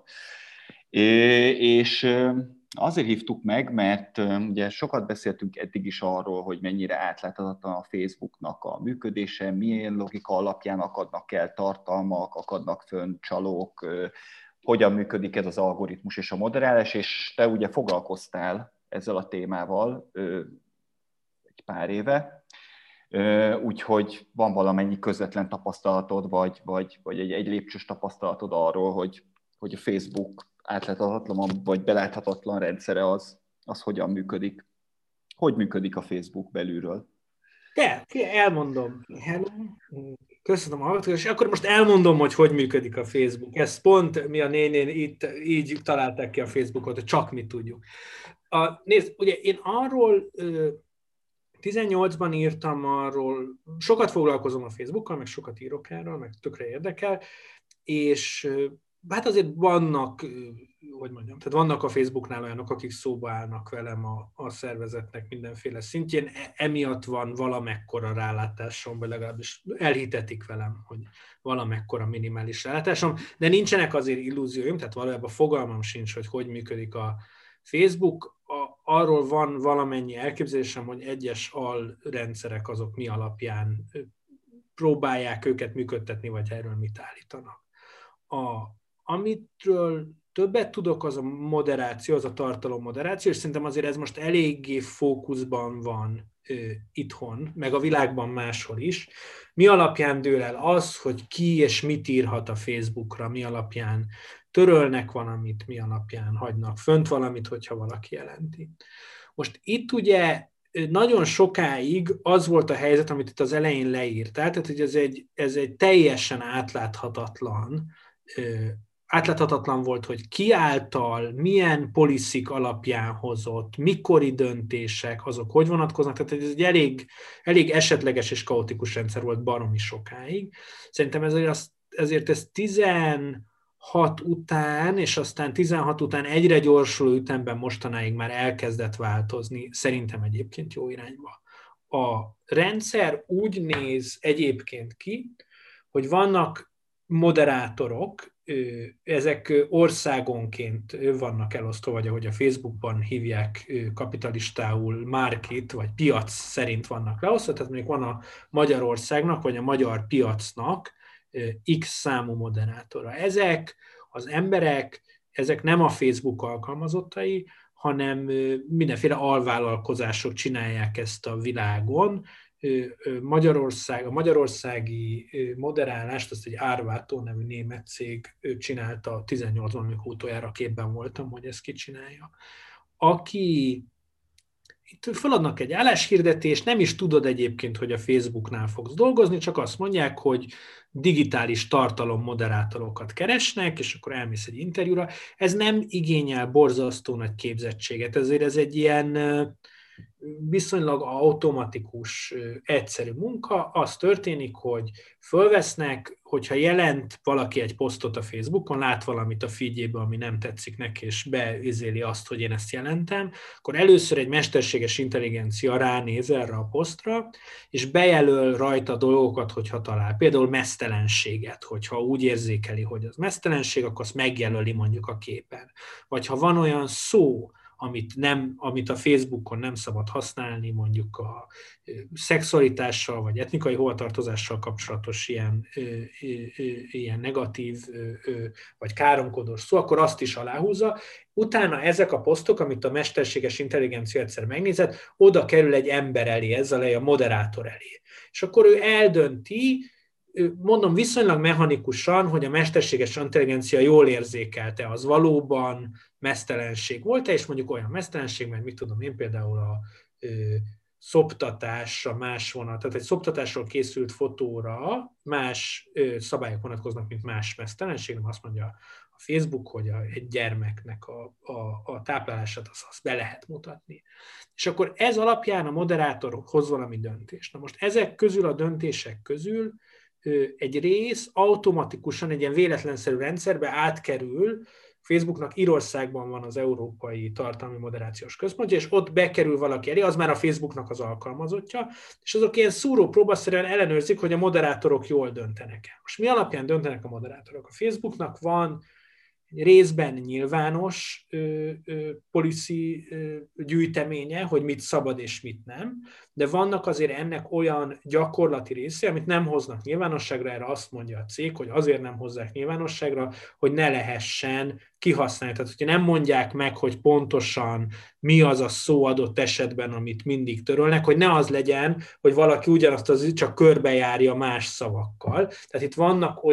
És azért hívtuk meg, mert ugye sokat beszéltünk eddig is arról, hogy mennyire átláthatatlan a Facebooknak a működése, milyen logika alapján akadnak el tartalmak, akadnak fönn csalók, hogyan működik ez az algoritmus és a moderálás, és te ugye foglalkoztál ezzel a témával egy pár éve, úgyhogy van valamennyi közvetlen tapasztalatod, vagy egy lépcsős tapasztalatod arról, hogy a Facebook átláthatatlan, vagy beláthatatlan rendszere az hogyan működik. Hogy működik a Facebook belülről? Elmondom. Köszönöm a hallgatókat, és akkor most elmondom, hogy működik a Facebook. Ez pont mi a nénén itt így találták ki a Facebookot, hogy csak mi tudjuk. Nézd, ugye én arról 18-ban írtam arról, sokat foglalkozom a Facebookkal, meg sokat írok erről, meg tökre érdekel, és hát azért vannak, tehát vannak a Facebooknál olyanok, akik szóba állnak velem a szervezetnek mindenféle szintjén, emiatt van valamekkora rálátásom, vagy legalábbis elhitetik velem, hogy valamekkora minimális rálátásom, de nincsenek azért illúzióim, tehát valójában fogalmam sincs, hogy működik a Facebook. arról van valamennyi elképzelésem, hogy egyes alrendszerek azok mi alapján próbálják őket működtetni, vagy erről mit állítanak. Amitről többet tudok, az a moderáció, az a tartalommoderáció, és szerintem azért ez most eléggé fókuszban van itthon, meg a világban máshol is. Mi alapján dől el az, hogy ki és mit írhat a Facebookra, mi alapján törölnek valamit, mi alapján hagynak fönt valamit, hogyha valaki jelenti. Most itt ugye nagyon sokáig az volt a helyzet, amit itt az elején leírtál, tehát hogy ez egy teljesen átláthatatlan volt, hogy ki által, milyen policy alapján hozott, mikori döntések, azok hogy vonatkoznak, tehát ez egy elég esetleges és kaotikus rendszer volt baromi sokáig. Szerintem ezért ez 16 után, és aztán 16 után egyre gyorsuló ütemben mostanáig már elkezdett változni, szerintem egyébként jó irányba. A rendszer úgy néz egyébként ki, hogy vannak moderátorok, ezek országonként vannak elosztva, vagy ahogy a Facebookban hívják kapitalistául, market, vagy piac szerint vannak leosztva, tehát mondjuk van a Magyarországnak, vagy a magyar piacnak X számú moderátora. Ezek az emberek, ezek nem a Facebook alkalmazottai, hanem mindenféle alvállalkozások csinálják ezt a világon. A magyarországi moderálást, azt egy Árvátó nevű német cég csinálta 18-ban, amikor utoljára képben voltam, hogy ezt kicsinálja. Aki itt feladnak egy álláshirdetést, nem is tudod egyébként, hogy a Facebooknál fogsz dolgozni, csak azt mondják, hogy digitális tartalommoderátorokat keresnek, és akkor elmész egy interjúra. Ez nem igényel borzasztó nagy képzettséget, ezért ez egy ilyen viszonylag automatikus, egyszerű munka. Az történik, hogy fölvesznek, hogyha jelent valaki egy posztot a Facebookon, lát valamit a feedjéből, ami nem tetszik neki, és beizéli azt, hogy én ezt jelentem, akkor először egy mesterséges intelligencia ránéz erre a posztra, és bejelöl rajta dolgokat, hogyha talál. Például meztelenséget, hogyha úgy érzékeli, hogy az meztelenség, akkor azt megjelöli mondjuk a képen. Vagy ha van olyan szó, amit a Facebookon nem szabad használni, mondjuk a szexualitással vagy etnikai hovatartozással kapcsolatos ilyen negatív vagy káromkodós szó, akkor azt is aláhúzza. Utána ezek a posztok, amit a mesterséges intelligencia egyszer megnézett, oda kerül egy ember elé, ezzel a moderátor elé. És akkor ő eldönti, mondom viszonylag mechanikusan, hogy a mesterséges intelligencia jól érzékelte, az valóban meztelenség volt-e, és mondjuk olyan meztelenség, mert mit tudom én, például a szoptatásra más vonat, tehát egy szoptatásról készült fotóra más szabályok vonatkoznak, mint más meztelenség, nem azt mondja a Facebook, hogy egy gyermeknek a táplálását azt be lehet mutatni. És akkor ez alapján a moderátor hoz valami döntést. Na most ezek közül a döntések közül egy rész automatikusan egy ilyen véletlenszerű rendszerbe átkerül. Facebooknak Írországban van az Európai Tartalmi Moderációs Központja, és ott bekerül valaki elé, az már a Facebooknak az alkalmazottja, és azok ilyen szúrópróbaszerűen ellenőrzik, hogy a moderátorok jól döntenek-e. Most mi alapján döntenek a moderátorok? A Facebooknak van részben nyilvános policy gyűjteménye, hogy mit szabad és mit nem, de vannak azért ennek olyan gyakorlati része, amit nem hoznak nyilvánosságra, erre azt mondja a cég, hogy azért nem hozzák nyilvánosságra, hogy ne lehessen kihasználni. Tehát, hogyha nem mondják meg, hogy pontosan mi az a szó adott esetben, amit mindig törölnek, hogy ne az legyen, hogy valaki ugyanazt csak körbejárja más szavakkal. Tehát itt vannak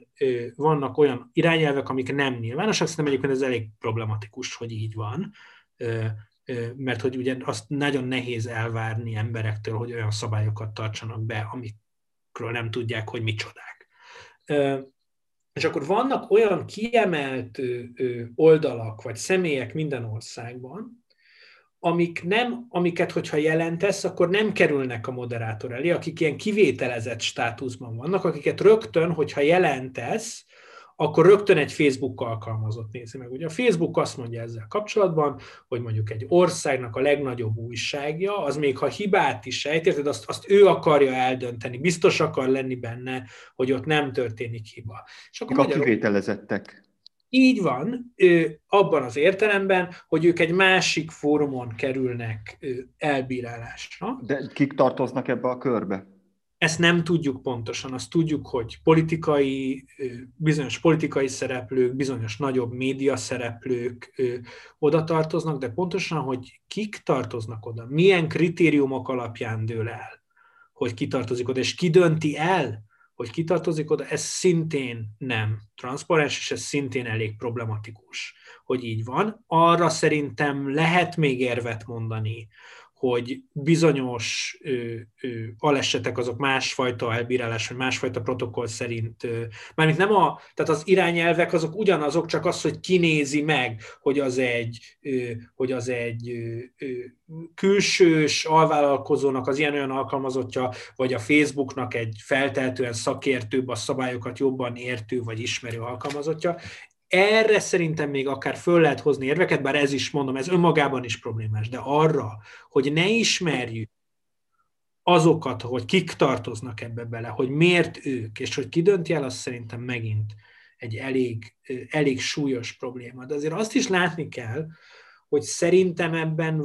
olyan irányelvek, amik nem nyilvánosak, szerintem egyébként ez elég problematikus, hogy így van, mert hogy ugye azt nagyon nehéz elvárni emberektől, hogy olyan szabályokat tartsanak be, amikről nem tudják, hogy micsodák. És akkor vannak olyan kiemelt oldalak, vagy személyek minden országban, amiket, hogyha jelentesz, akkor nem kerülnek a moderátor elé, akik ilyen kivételezett státuszban vannak, akiket rögtön, hogyha jelentesz, akkor rögtön egy Facebook alkalmazott nézi meg. Ugye a Facebook azt mondja ezzel kapcsolatban, hogy mondjuk egy országnak a legnagyobb újságja, az még ha hibát is sejt, azt ő akarja eldönteni, biztos akar lenni benne, hogy ott nem történik hiba. És akkor kivételezettek. Így van, abban az értelemben, hogy ők egy másik fórumon kerülnek elbírálásra. De kik tartoznak ebbe a körbe? Ezt nem tudjuk pontosan, azt tudjuk, hogy bizonyos politikai szereplők, bizonyos nagyobb média szereplők oda tartoznak, de pontosan, hogy kik tartoznak oda, milyen kritériumok alapján dől el, hogy ki tartozik oda, és ki dönti el, hogy ki tartozik oda, ez szintén nem transzparens, és ez szintén elég problematikus, hogy így van. Arra szerintem lehet még érvet mondani, hogy bizonyos alesetek azok másfajta elbírálás, vagy másfajta protokoll szerint, mármint nem tehát az irányelvek azok ugyanazok, csak az, hogy kinézi meg, hogy az egy külsős alvállalkozónak az ilyen-olyan alkalmazottja, vagy a Facebooknak egy feltehetően szakértőbb, a szabályokat jobban értő, vagy ismerő alkalmazottja. Erre szerintem még akár föl lehet hozni érveket, bár ez is, mondom, ez önmagában is problémás, de arra, hogy ne ismerjük azokat, hogy kik tartoznak ebbe bele, hogy miért ők, és hogy ki dönti el, az szerintem megint egy elég súlyos probléma. De azért azt is látni kell, hogy szerintem ebben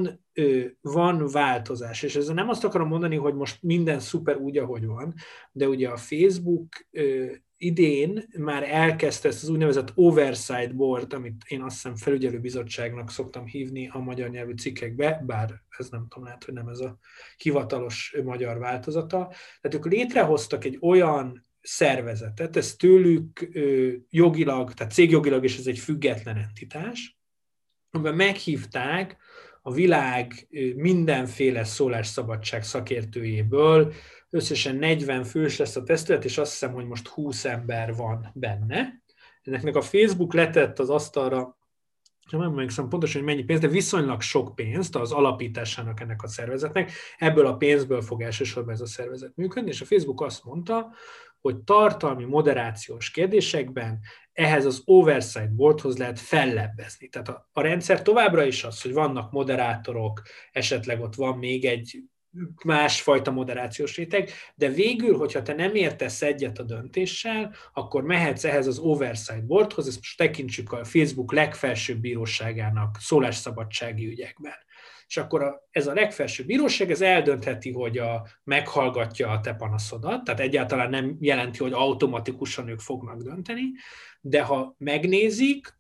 van változás, és ezzel nem azt akarom mondani, hogy most minden szuper úgy, ahogy van, de ugye a Facebook idén már elkezdte ezt az úgynevezett Oversight Board, amit én azt hiszem felügyelőbizottságnak szoktam hívni a magyar nyelvű cikkekbe, bár ez nem tudom, lehet, hogy nem ez a hivatalos magyar változata. Tehát ők létrehoztak egy olyan szervezetet, ez tőlük jogilag, tehát cégjogilag is ez egy független entitás, amiben meghívták a világ mindenféle szólásszabadság szakértőjéből, összesen 40 fős lesz a testület, és azt hiszem, hogy most 20 ember van benne. Ennek a Facebook letett az asztalra, nem emlékszem pontosan, hogy mennyi pénz, de viszonylag sok pénzt az alapításának ennek a szervezetnek. Ebből a pénzből fog elsősorban ez a szervezet működni, és a Facebook azt mondta, hogy tartalmi moderációs kérdésekben ehhez az Oversight Boardhoz lehet fellebbezni. Tehát a rendszer továbbra is az, hogy vannak moderátorok, esetleg ott van még egy másfajta moderációs réteg, de végül, hogyha te nem értesz egyet a döntéssel, akkor mehetsz ehhez az Oversight Boardhoz, ezt most tekintsük a Facebook legfelsőbb bíróságának szólásszabadsági ügyekben. És akkor ez a legfelsőbb bíróság, ez eldöntheti, hogy meghallgatja a te panaszodat, tehát egyáltalán nem jelenti, hogy automatikusan ők fognak dönteni, de ha megnézik,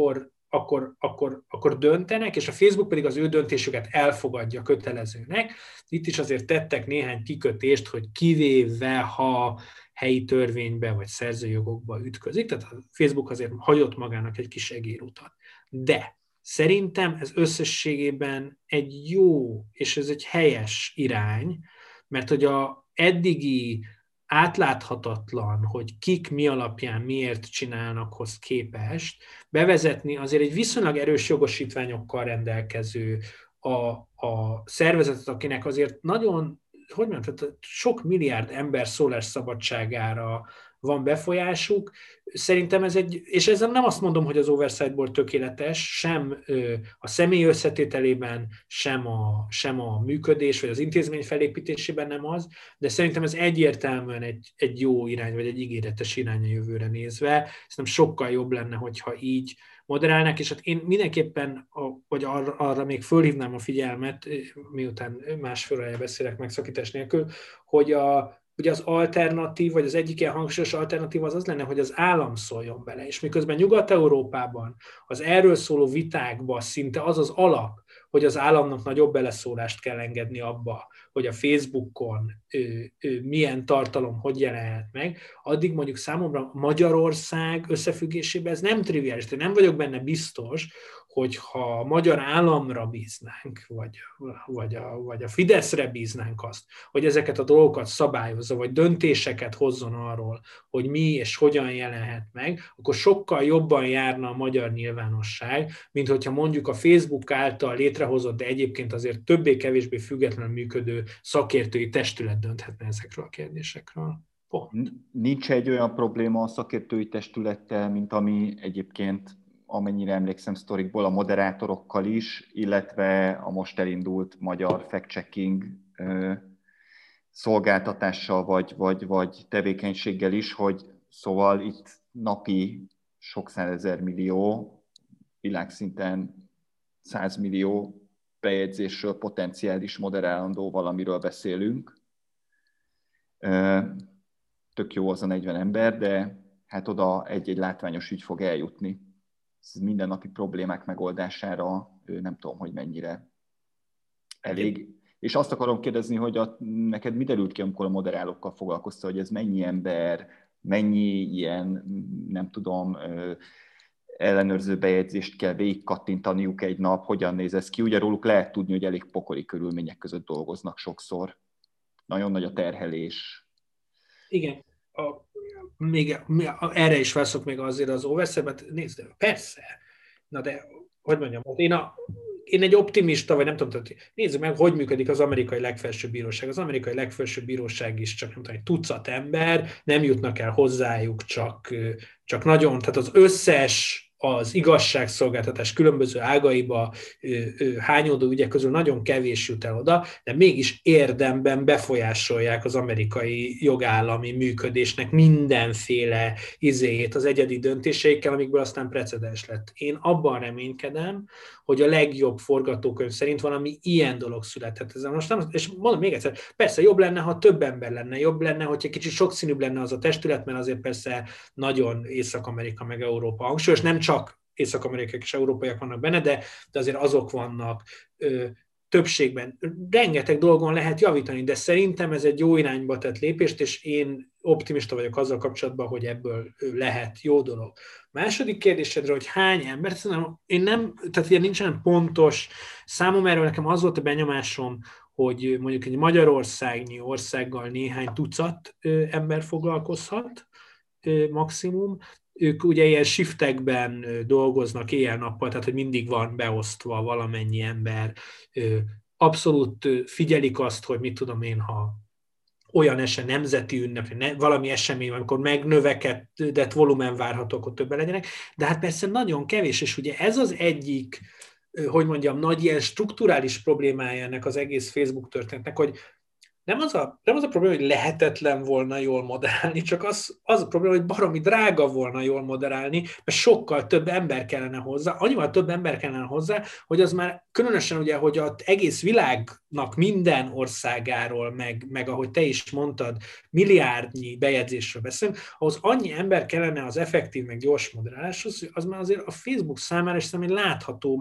akkor döntenek, és a Facebook pedig az ő döntésüket elfogadja kötelezőnek. Itt is azért tettek néhány kikötést, hogy kivéve, ha helyi törvénybe vagy szerzőjogokba ütközik, tehát a Facebook azért hagyott magának egy kis egérutat. De szerintem ez összességében egy jó, és ez egy helyes irány, mert hogy a eddigi átláthatatlan, hogy kik mi alapján miért csinálnakhoz képest, bevezetni azért egy viszonylag erős jogosítványokkal rendelkező a szervezetet, akinek azért nagyon, hogy mondjam, tehát sok milliárd ember szólásszabadságára van befolyásuk. Szerintem ez és ezzel nem azt mondom, hogy az Oversight Board tökéletes, sem a személy összetételében, sem a működés, vagy az intézmény felépítésében nem az, de szerintem ez egyértelműen egy jó irány, vagy egy ígéretes irány a jövőre nézve. Szerintem sokkal jobb lenne, hogyha így moderálnák, és hát én mindenképpen, vagy arra még fölhívnám a figyelmet, miután másfél órája beszélek megszakítás nélkül, hogy ugye az alternatív, vagy az egyik ilyen hangsúlyos alternatív az lenne, hogy az állam szóljon bele. És miközben Nyugat-Európában az erről szóló vitákban szinte az az alap, hogy az államnak nagyobb beleszólást kell engedni abba, hogy a Facebookon milyen tartalom hogy jelenhet meg, addig mondjuk számomra Magyarország összefüggésében ez nem triviális. Tehát nem vagyok benne biztos, hogyha a magyar államra bíznánk, vagy a Fideszre bíznánk azt, hogy ezeket a dolgokat szabályozza, vagy döntéseket hozzon arról, hogy mi és hogyan jelenhet meg, akkor sokkal jobban járna a magyar nyilvánosság, mint hogyha mondjuk a Facebook által létrehozott, de egyébként azért többé-kevésbé függetlenül működő szakértői testület dönthetne ezekről a kérdésekről. Pont. Nincs egy olyan probléma a szakértői testülettel, mint ami egyébként, amennyire emlékszem sztorikból, a moderátorokkal is, illetve a most elindult magyar fact-checking szolgáltatással vagy tevékenységgel is, hogy szóval itt napi sok 100 000 millió, világszinten 100 millió bejegyzésről, potenciális moderálandó valamiről beszélünk. Tök jó az a 40 ember, de hát oda egy-egy látványos ügy fog eljutni. Ez mindennapi problémák megoldására nem tudom, hogy mennyire elég. És azt akarom kérdezni, hogy neked mi derült ki, amikor a moderálókkal foglalkoztál, hogy ez mennyi ember, mennyi ilyen, nem tudom, ellenőrző bejegyzést kell végigkattintaniuk egy nap, hogyan néz ez ki. Ugye róluk lehet tudni, hogy elég pokoli körülmények között dolgoznak sokszor. Nagyon nagy a terhelés. Igen. Erre is felszok még azért az overszebet. Nézd, persze. Na de, hogy mondjam, én egy optimista, vagy nem tudom, nézzük meg, hogy működik az amerikai legfelsőbb bíróság. Az amerikai legfelsőbb bíróság is csak nem tudom, egy tucat ember, nem jutnak el hozzájuk csak nagyon, tehát az összes az igazságszolgáltatás különböző ágaiba hányódó ügyek közül nagyon kevés jut el oda, de mégis érdemben befolyásolják az amerikai jogállami működésnek mindenféle izéjét az egyedi döntéseikkel, amikből aztán precedens lett. Én abban reménykedem, hogy a legjobb forgatókönyv szerint valami ilyen dolog születhet. Most nem, és mondom még egyszer, persze jobb lenne, ha több ember lenne, jobb lenne, hogyha kicsit sokszínűbb lenne az a testület, mert azért persze nagyon Észak-Amerika meg Európa hangsúlyos, nem csak észak-amerikaiak és európaiak vannak benne, de azért azok vannak többségben. Rengeteg dolgon lehet javítani, de szerintem ez egy jó irányba tett lépést, és én optimista vagyok azzal kapcsolatban, hogy ebből lehet jó dolog. Második kérdésedre, hogy hány ember, én nem, tehát ugye nincsen pontos számom erről, nekem az volt a benyomásom, hogy mondjuk egy magyarországnyi országgal néhány tucat ember foglalkozhat maximum. Ők ugye ilyen shiftekben dolgoznak éjjel-nappal, tehát hogy mindig van beosztva valamennyi ember. Abszolút figyelik azt, hogy mit tudom én, ha olyan nemzeti ünnep, valami esemény, amikor megnövekedett volumen várható, akkor többen legyenek, de hát persze nagyon kevés, és ugye ez az egyik, hogy mondjam, nagy ilyen strukturális problémája ennek az egész Facebook történetnek, hogy nem az a probléma, hogy lehetetlen volna jól moderálni, csak az a probléma, hogy baromi drága volna jól moderálni, mert sokkal több ember kellene hozzá, annyival több ember kellene hozzá, hogy az már különösen ugye, hogy az egész világnak minden országáról, meg ahogy te is mondtad, milliárdnyi bejegyzésről beszélünk, ahhoz annyi ember kellene az effektív, meg gyors moderáláshoz, az már azért a Facebook számára is szerintem egy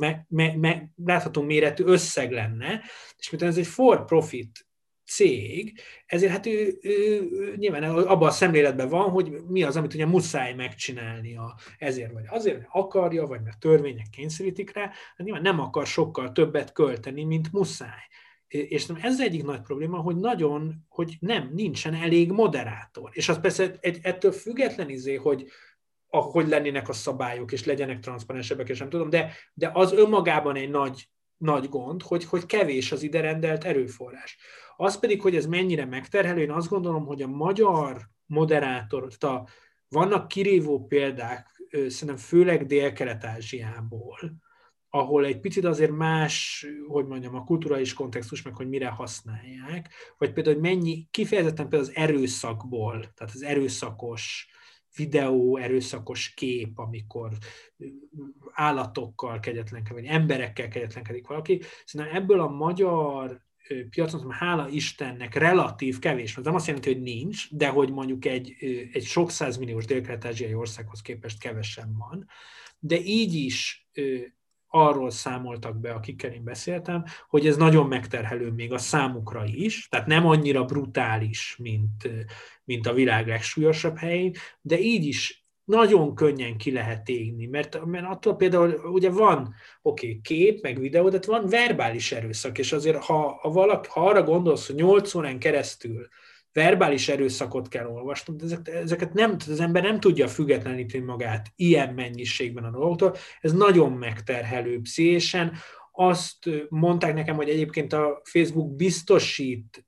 látható méretű összeg lenne, és miután ez egy for-profit cég, ezért hát ő nyilván abban a szemléletben van, hogy mi az, amit ugye muszáj megcsinálnia ezért, vagy azért, mert akarja, vagy mert törvények kényszerítik rá, hát nyilván nem akar sokkal többet költeni, mint muszáj. És ez egyik nagy probléma, hogy nincsen elég moderátor. És az persze ettől független hogy lennének a szabályok, és legyenek transzparensebbek, és nem tudom, de az önmagában egy nagy gond, hogy kevés az ide rendelt erőforrás. Az pedig, hogy ez mennyire megterhelő, én azt gondolom, hogy a magyar moderátor, vannak kirívó példák, szerintem főleg Dél-Kelet-Ázsiából, ahol egy picit azért más, hogy mondjam, a kulturális kontextus, meg hogy mire használják, vagy például, hogy mennyi, kifejezetten például az erőszakból, tehát az erőszakos videó, erőszakos kép, amikor állatokkal kegyetlenkedik, vagy emberekkel kegyetlenkedik valaki. Szerintem ebből a magyar piacon, hála Istennek relatív kevés. Ez nem azt jelenti, hogy nincs, de hogy mondjuk egy sok százmilliós dél-kelet-ázsiai országhoz képest kevesen van. De így is arról számoltak be, akikkel én beszéltem, hogy ez nagyon megterhelő még a számukra is, tehát nem annyira brutális, mint a világ legsúlyosabb helyén, de így is nagyon könnyen ki lehet égni, mert attól például ugye van kép, meg videó, de van verbális erőszak, és azért ha arra gondolsz, hogy 8 órán keresztül verbális erőszakot kell olvasnod, de ezeket az ember nem tudja függetleníteni magát ilyen mennyiségben a dolgoktól, ez nagyon megterhelő pszichésen. Azt mondták nekem, hogy egyébként a Facebook biztosít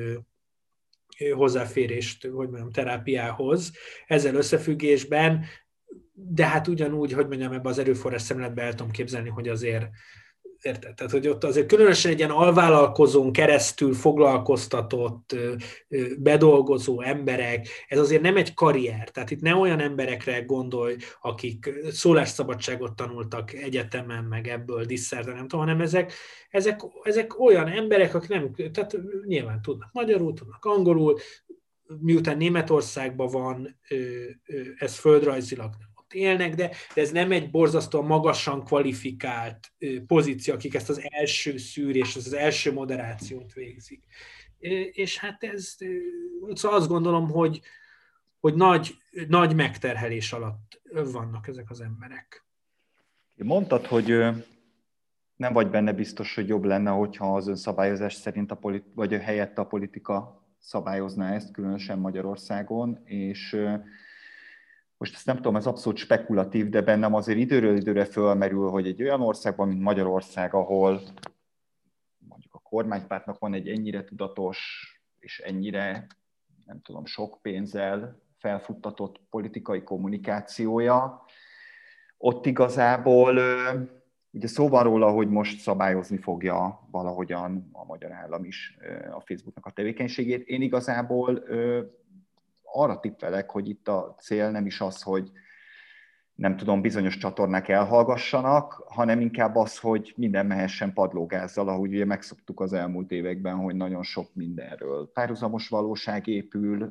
hozzáférést, hogy mondjam, terápiához ezzel összefüggésben, de hát ugyanúgy, hogy mondjam, ebbe az erőforrás szemléletbe el tudom képzelni, hogy azért Érted? Tehát, hogy ott azért különösen egy ilyen alvállalkozón keresztül foglalkoztatott, bedolgozó emberek, ez azért nem egy karrier. Tehát itt ne olyan emberekre gondolj, akik szólásszabadságot tanultak egyetemen, meg ebből disszert, nem tudom, hanem ezek olyan emberek, akik nem, tehát nyilván tudnak magyarul, tudnak angolul, miután Németországban van, ez földrajzilag élnek, de ez nem egy borzasztóan magasan kvalifikált pozíció, akik ezt az első szűrést, az első moderációt végzik. És hát ez, szóval azt gondolom, hogy nagy megterhelés alatt vannak ezek az emberek. Mondtad, hogy nem vagy benne biztos, hogy jobb lenne, hogyha az önszabályozás szerint vagy helyette a politika szabályozná ezt, különösen Magyarországon, és most ezt nem tudom, ez abszolút spekulatív, de bennem azért időről időre fölmerül, hogy egy olyan országban, mint Magyarország, ahol mondjuk a kormánypártnak van egy ennyire tudatos és ennyire, nem tudom, sok pénzzel felfuttatott politikai kommunikációja, ott igazából ugye szó van róla, hogy most szabályozni fogja valahogyan a magyar állam is a Facebooknak a tevékenységét. Én igazából arra tippelek, hogy itt a cél nem is az, hogy nem tudom, bizonyos csatornák elhallgassanak, hanem inkább az, hogy minden mehessen padlógázzal, ahogy ugye megszoktuk az elmúlt években, hogy nagyon sok mindenről párhuzamos valóság épül,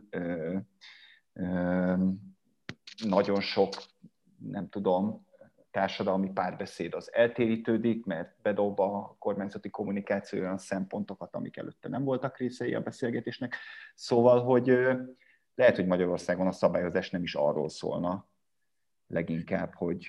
nagyon sok, nem tudom, társadalmi párbeszéd az eltérítődik, mert bedobva a kormányzati kommunikáció olyan szempontokat, amik előtte nem voltak részei a beszélgetésnek. Szóval, hogy lehet, hogy Magyarországon a szabályozás nem is arról szólna leginkább, hogy...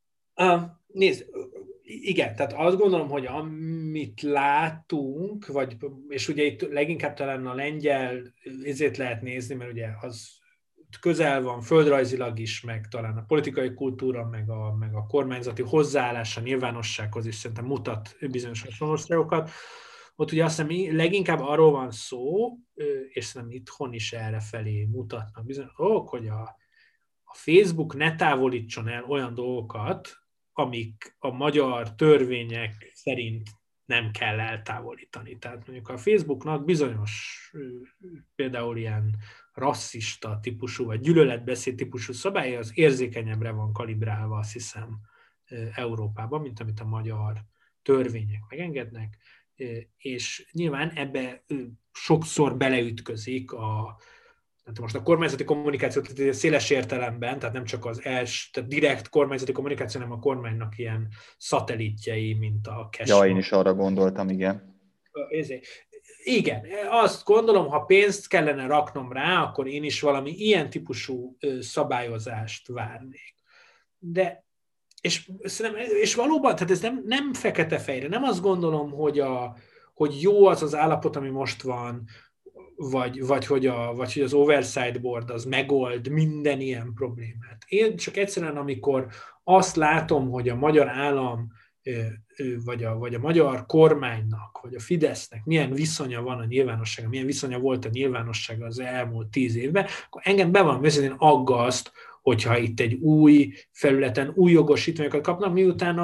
Nézd, igen, tehát azt gondolom, hogy amit látunk, és ugye itt leginkább talán a lengyel ezért lehet nézni, mert ugye az közel van földrajzilag is, meg talán a politikai kultúra, meg a kormányzati hozzáállás a nyilvánossághoz is szerintem mutat bizonyos hasonlóságokat. Ott ugye azt hiszem leginkább arról van szó, és szerintem itthon is errefelé mutatnak bizonyos dolgok, hogy a Facebook ne távolítson el olyan dolgokat, amik a magyar törvények szerint nem kell eltávolítani. Tehát mondjuk a Facebooknak bizonyos például ilyen rasszista típusú, vagy gyűlöletbeszéd típusú szabálya az érzékenyebbre van kalibrálva, azt hiszem, Európában, mint amit a magyar törvények megengednek, és nyilván ebbe sokszor beleütközik tehát most a kormányzati kommunikáció széles értelemben, tehát nem csak tehát direkt kormányzati kommunikáció, hanem a kormánynak ilyen szatellitjei, mint a Cashman. Ja, én is arra gondoltam, igen. Igen, azt gondolom, ha pénzt kellene raknom rá, akkor én is valami ilyen típusú szabályozást várnék. De, és valóban, tehát ez nem fekete-fejre, nem azt gondolom, hogy jó az állapot, ami most van, vagy hogy az Oversight Board az megold minden ilyen problémát. Én csak egyszerűen, amikor azt látom, hogy a magyar állam, vagy a magyar kormánynak, vagy a Fidesznek milyen viszonya van a nyilvánossága, milyen viszonya volt a nyilvánossága az elmúlt 10 évben, akkor engem be van őszintén aggaszt, hogyha itt egy új felületen új jogosítványokat kapnak, miután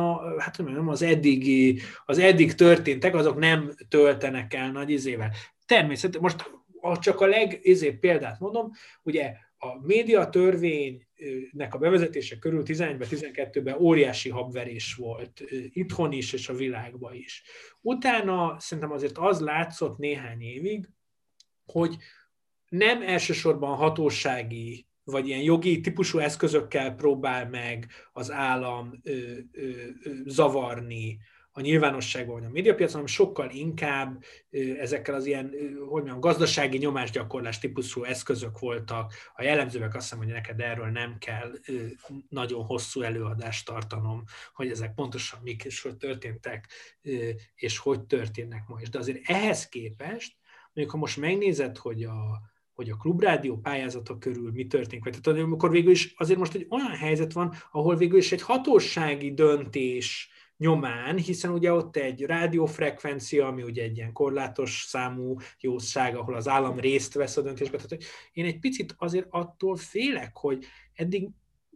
az eddig történtek, azok nem töltenek el nagy izével. Természetesen, most csak a példát mondom, ugye a médiatörvénynek a bevezetése körül 11-ben, 12-ben óriási habverés volt itthon is, és a világban is. Utána szerintem azért az látszott néhány évig, hogy nem elsősorban hatósági vagy ilyen jogi típusú eszközökkel próbál meg az állam zavarni a nyilvánosságban vagy a médiapiacon, hanem sokkal inkább ezekkel az ilyen, gazdasági nyomásgyakorlás típusú eszközök voltak. A jellemzőek azt hiszem, hogy neked erről nem kell nagyon hosszú előadást tartanom, hogy ezek pontosan mik és hogy történtek, és hogy történnek ma is. De azért ehhez képest, mondjuk ha most megnézed, hogy a klubrádió pályázatok körül mi történik, vagy tehát amikor végül is azért most egy olyan helyzet van, ahol végül is egy hatósági döntés nyomán, hiszen ugye ott egy rádiófrekvencia, ami ugye egy ilyen korlátos számú jószág, ahol az állam részt vesz a döntésbe. Tehát én egy picit azért attól félek, hogy eddig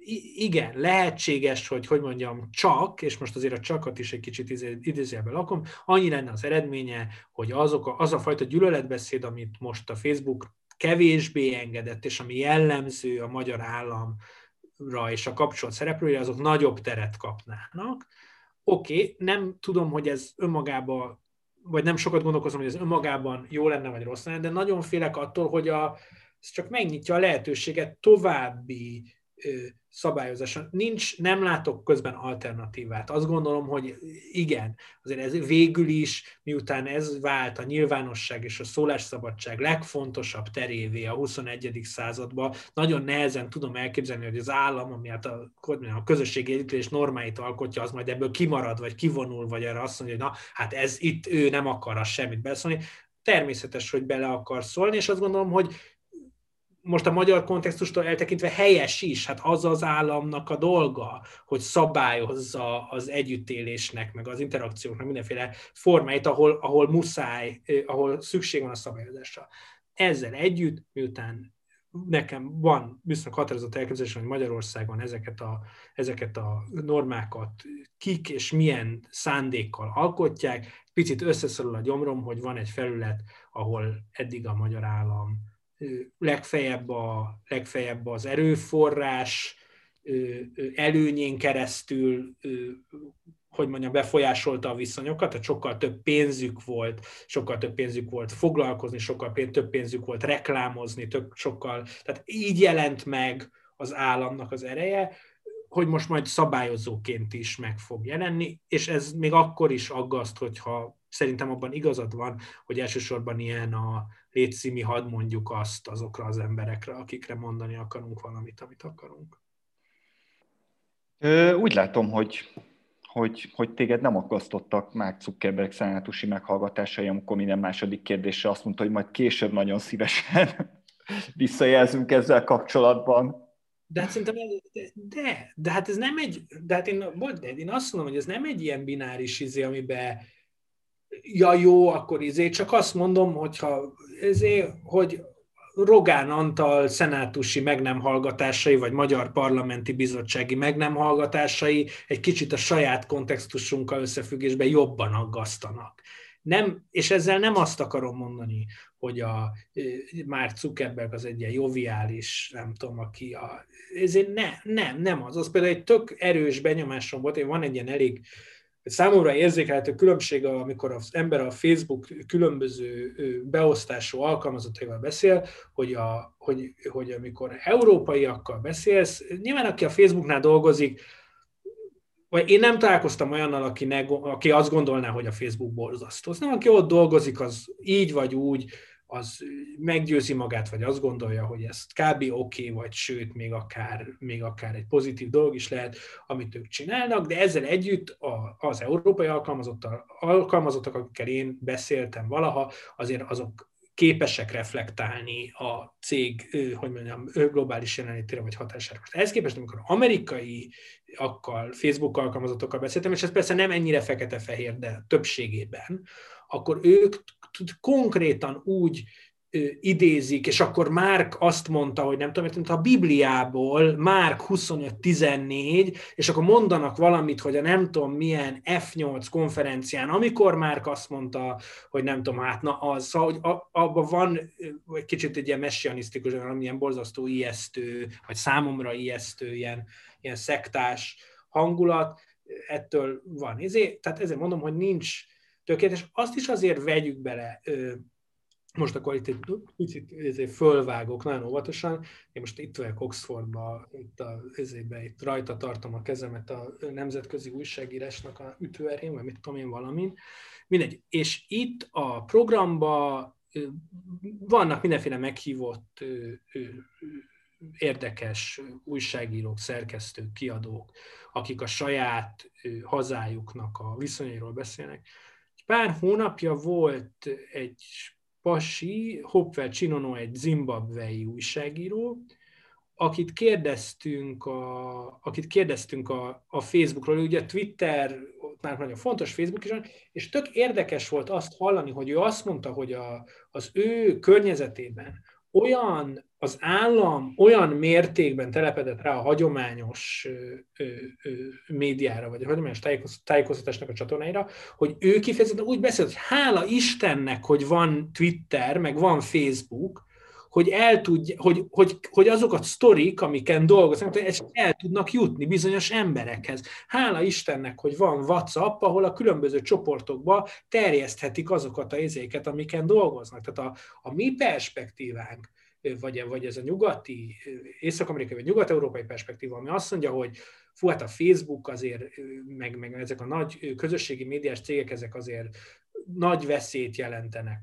igen, lehetséges, hogy mondjam, csak, és most azért a csakat is egy kicsit idézőjelben lakom, annyi lenne az eredménye, hogy az a fajta gyűlöletbeszéd, amit most a Facebook kevésbé engedett, és ami jellemző a magyar államra és a kapcsolat szereplőire, azok nagyobb teret kapnának. Oké, nem tudom, hogy ez önmagában, vagy nem sokat gondolkozom, hogy ez önmagában jó lenne, vagy rossz lenne, de nagyon félek attól, hogy ez csak megnyitja a lehetőséget további szabályozáson. Nem látok közben alternatívát. Azt gondolom, hogy igen, azért ez végül is, miután ez vált a nyilvánosság és a szólásszabadság legfontosabb terévé a 21. században, nagyon nehezen tudom elképzelni, hogy az állam, ami hát a közösségi együttélés normáit alkotja, az majd ebből kimarad, vagy kivonul, vagy erre azt mondja, hogy na, hát ez itt ő nem akar semmit beszólni. Természetes, hogy bele akar szólni, és azt gondolom, hogy most a magyar kontextustól eltekintve helyes is, hát az az államnak a dolga, hogy szabályozza az együttélésnek, meg az interakcióknak mindenféle formáit, ahol muszáj, ahol szükség van a szabályozásra. Ezzel együtt, miután nekem van viszonylag határozott elképzelésem, hogy Magyarországon ezeket a normákat kik és milyen szándékkal alkotják, picit összeszorul a gyomrom, hogy van egy felület, ahol eddig a magyar állam legfeljebb az erőforrás előnyén keresztül, hogy mondjam, befolyásolta a viszonyokat, tehát sokkal több pénzük volt foglalkozni, sokkal több pénzük volt reklámozni, tehát így jelent meg az államnak az ereje, hogy most majd szabályozóként is meg fog jelenni, és ez még akkor is aggaszt, hogyha szerintem abban igazad van, hogy elsősorban ilyen a létszi, mi hadd mondjuk azt azokra az emberekre, akikre mondani akarunk valamit, amit akarunk. Úgy látom, hogy téged nem aggasztottak Mark Zuckerberg szenátusi meghallgatásai, amikor minden második kérdésre azt mondta, hogy majd később nagyon szívesen visszajelzünk ezzel kapcsolatban. De hát szerintem, de hát ez nem egy, de hát én azt mondom, hogy ez nem egy ilyen bináris amiben ja jó, akkor csak azt mondom, hogy Rogán Antal szenátusi meg nem hallgatásai, vagy magyar parlamenti bizottsági meg nem hallgatásai egy kicsit a saját kontextusunkkal összefüggésben jobban aggasztanak. Nem, és ezzel nem azt akarom mondani, hogy a Mark Zuckerberg az egy ilyen joviális, nem tudom, aki nem az. Az például egy tök erős benyomásom volt, van egy ilyen elég számomra érzékelhető különbség, amikor az ember a Facebook különböző beosztású alkalmazottaival beszél, hogy amikor európaiakkal beszélsz, nyilván aki a Facebooknál dolgozik, vagy én nem találkoztam olyannal, aki azt gondolná, hogy a Facebook borzasztó. Nem, aki ott dolgozik, az így vagy úgy, az meggyőzi magát, vagy azt gondolja, hogy ez kb. Oké, vagy sőt, még akár egy pozitív dolog is lehet, amit ők csinálnak, de ezzel együtt az európai alkalmazottak, akikkel én beszéltem valaha, azért azok képesek reflektálni a cég, hogy mondjam, globális jelenlétére vagy hatására. Ehhez képest, amikor amerikaiakkal, Facebook alkalmazottokkal beszéltem, és ez persze nem ennyire fekete-fehér, de többségében, akkor ők konkrétan úgy idézik, és akkor Márk azt mondta, hogy nem tudom, mint a Bibliából, Márk 25-14, és akkor mondanak valamit, hogy a nem tudom milyen F8 konferencián, amikor Márk azt mondta, hogy nem tudom, hát na az, szóval, hogy abban van egy kicsit egy ilyen messianisztikus, ilyen borzasztó ijesztő, vagy számomra ijesztő, ilyen szektás hangulat, ettől van. Tehát ezért mondom, hogy nincs tökéletes. Azt is azért vegyük bele, most akkor itt egy picit fölvágok nagyon óvatosan, én most itt vagyok Oxfordban, itt rajta tartom a kezemet a nemzetközi újságírásnak a ütőerén, vagy mit tudom én valamin, mindegy. És itt a programban vannak mindenféle meghívott érdekes újságírók, szerkesztők, kiadók, akik a saját hazájuknak a viszonyairól beszélnek. Pár hónapja volt egy pasi, Hopewell Chinono, egy zimbabwei újságíró, akit kérdeztünk a Facebookról, ugye Twitter, már nagyon fontos, Facebook is van, és tök érdekes volt azt hallani, hogy ő azt mondta, hogy az ő környezetében az állam olyan mértékben telepedett rá a hagyományos médiára, vagy a hagyományos tájékoztatásnak a csatornáira, hogy ő kifejezetten úgy beszél, hogy hála Istennek, hogy van Twitter, meg van Facebook, hogy hogy azok a sztorik, amiken dolgoznak, el tudnak jutni bizonyos emberekhez. Hála Istennek, hogy van WhatsApp, ahol a különböző csoportokba terjeszthetik azokat a izéket, amiken dolgoznak. Tehát a mi perspektívánk, vagy ez a nyugati, észak-amerikai vagy nyugat-európai perspektíva, ami azt mondja, hogy hát a Facebook azért, meg ezek a nagy közösségi médiás cégek, ezek azért nagy veszélyt jelentenek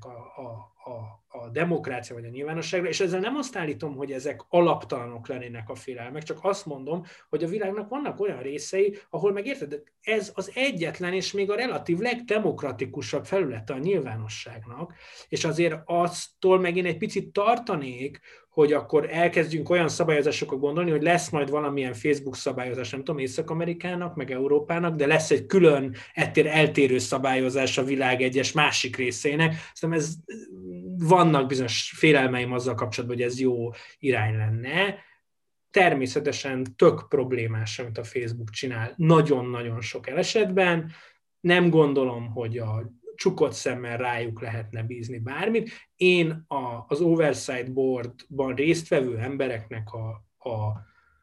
a demokrácia vagy a nyilvánosságra, és ezzel nem azt állítom, hogy ezek alaptalanok lennének a félelmek, csak azt mondom, hogy a világnak vannak olyan részei, ahol megérted, ez az egyetlen és még a relatív legdemokratikusabb felülete a nyilvánosságnak, és azért aztól meg én egy picit tartanék, hogy akkor elkezdjünk olyan szabályozásokat gondolni, hogy lesz majd valamilyen Facebook szabályozás, nem tudom, Észak-Amerikának, meg Európának, de lesz egy külön ettől eltérő szabályozás a világ egyes másik részének. Szerintem vannak bizonyos félelmeim azzal kapcsolatban, hogy ez jó irány lenne. Természetesen tök problémás, amit a Facebook csinál nagyon-nagyon sok esetben. Nem gondolom, hogy a csukott szemmel rájuk lehetne bízni bármit. Én az Oversight Boardban résztvevő embereknek a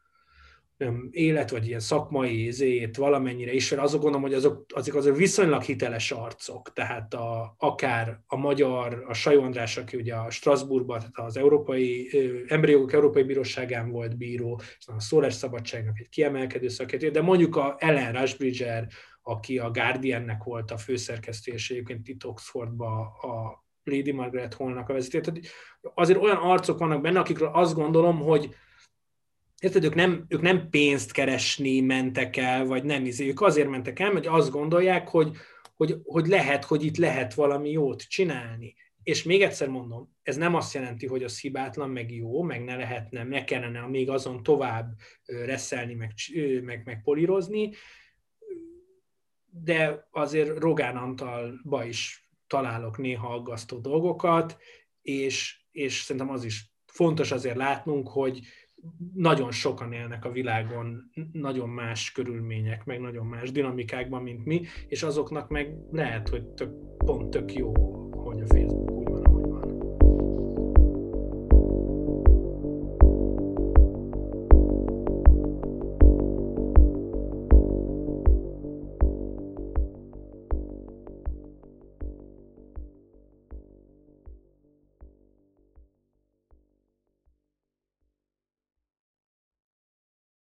élet, vagy ilyen szakmai izét valamennyire ismer, azok gondolom, hogy azok viszonylag hiteles arcok, tehát akár a magyar, a Sajó András, aki ugye a Strasbourgban, tehát az Emberi Jogok Európai Bíróságán volt bíró, a szólásszabadságnak egy kiemelkedő szakértő, de mondjuk a Ellen Rushbridger, aki a Guardiannek volt a főszerkesztő, és egyébként itt Oxfordban a Lady Margaret Hallnak a vezető. Tehát azért olyan arcok vannak benne, akikről azt gondolom, hogy érted, ők nem pénzt keresni mentek el, vagy nem, ők azért mentek el, mert azt gondolják, hogy lehet, hogy itt lehet valami jót csinálni. És még egyszer mondom, ez nem azt jelenti, hogy az hibátlan, meg jó, meg ne lehetne, ne kellene még azon tovább reszelni, meg polírozni, de azért Rogán Antalba is találok néha aggasztó dolgokat, és szerintem az is fontos azért látnunk, hogy nagyon sokan élnek a világon nagyon más körülmények, meg nagyon más dinamikákban, mint mi, és azoknak meg lehet, hogy tök jó, hogy a Facebook úgy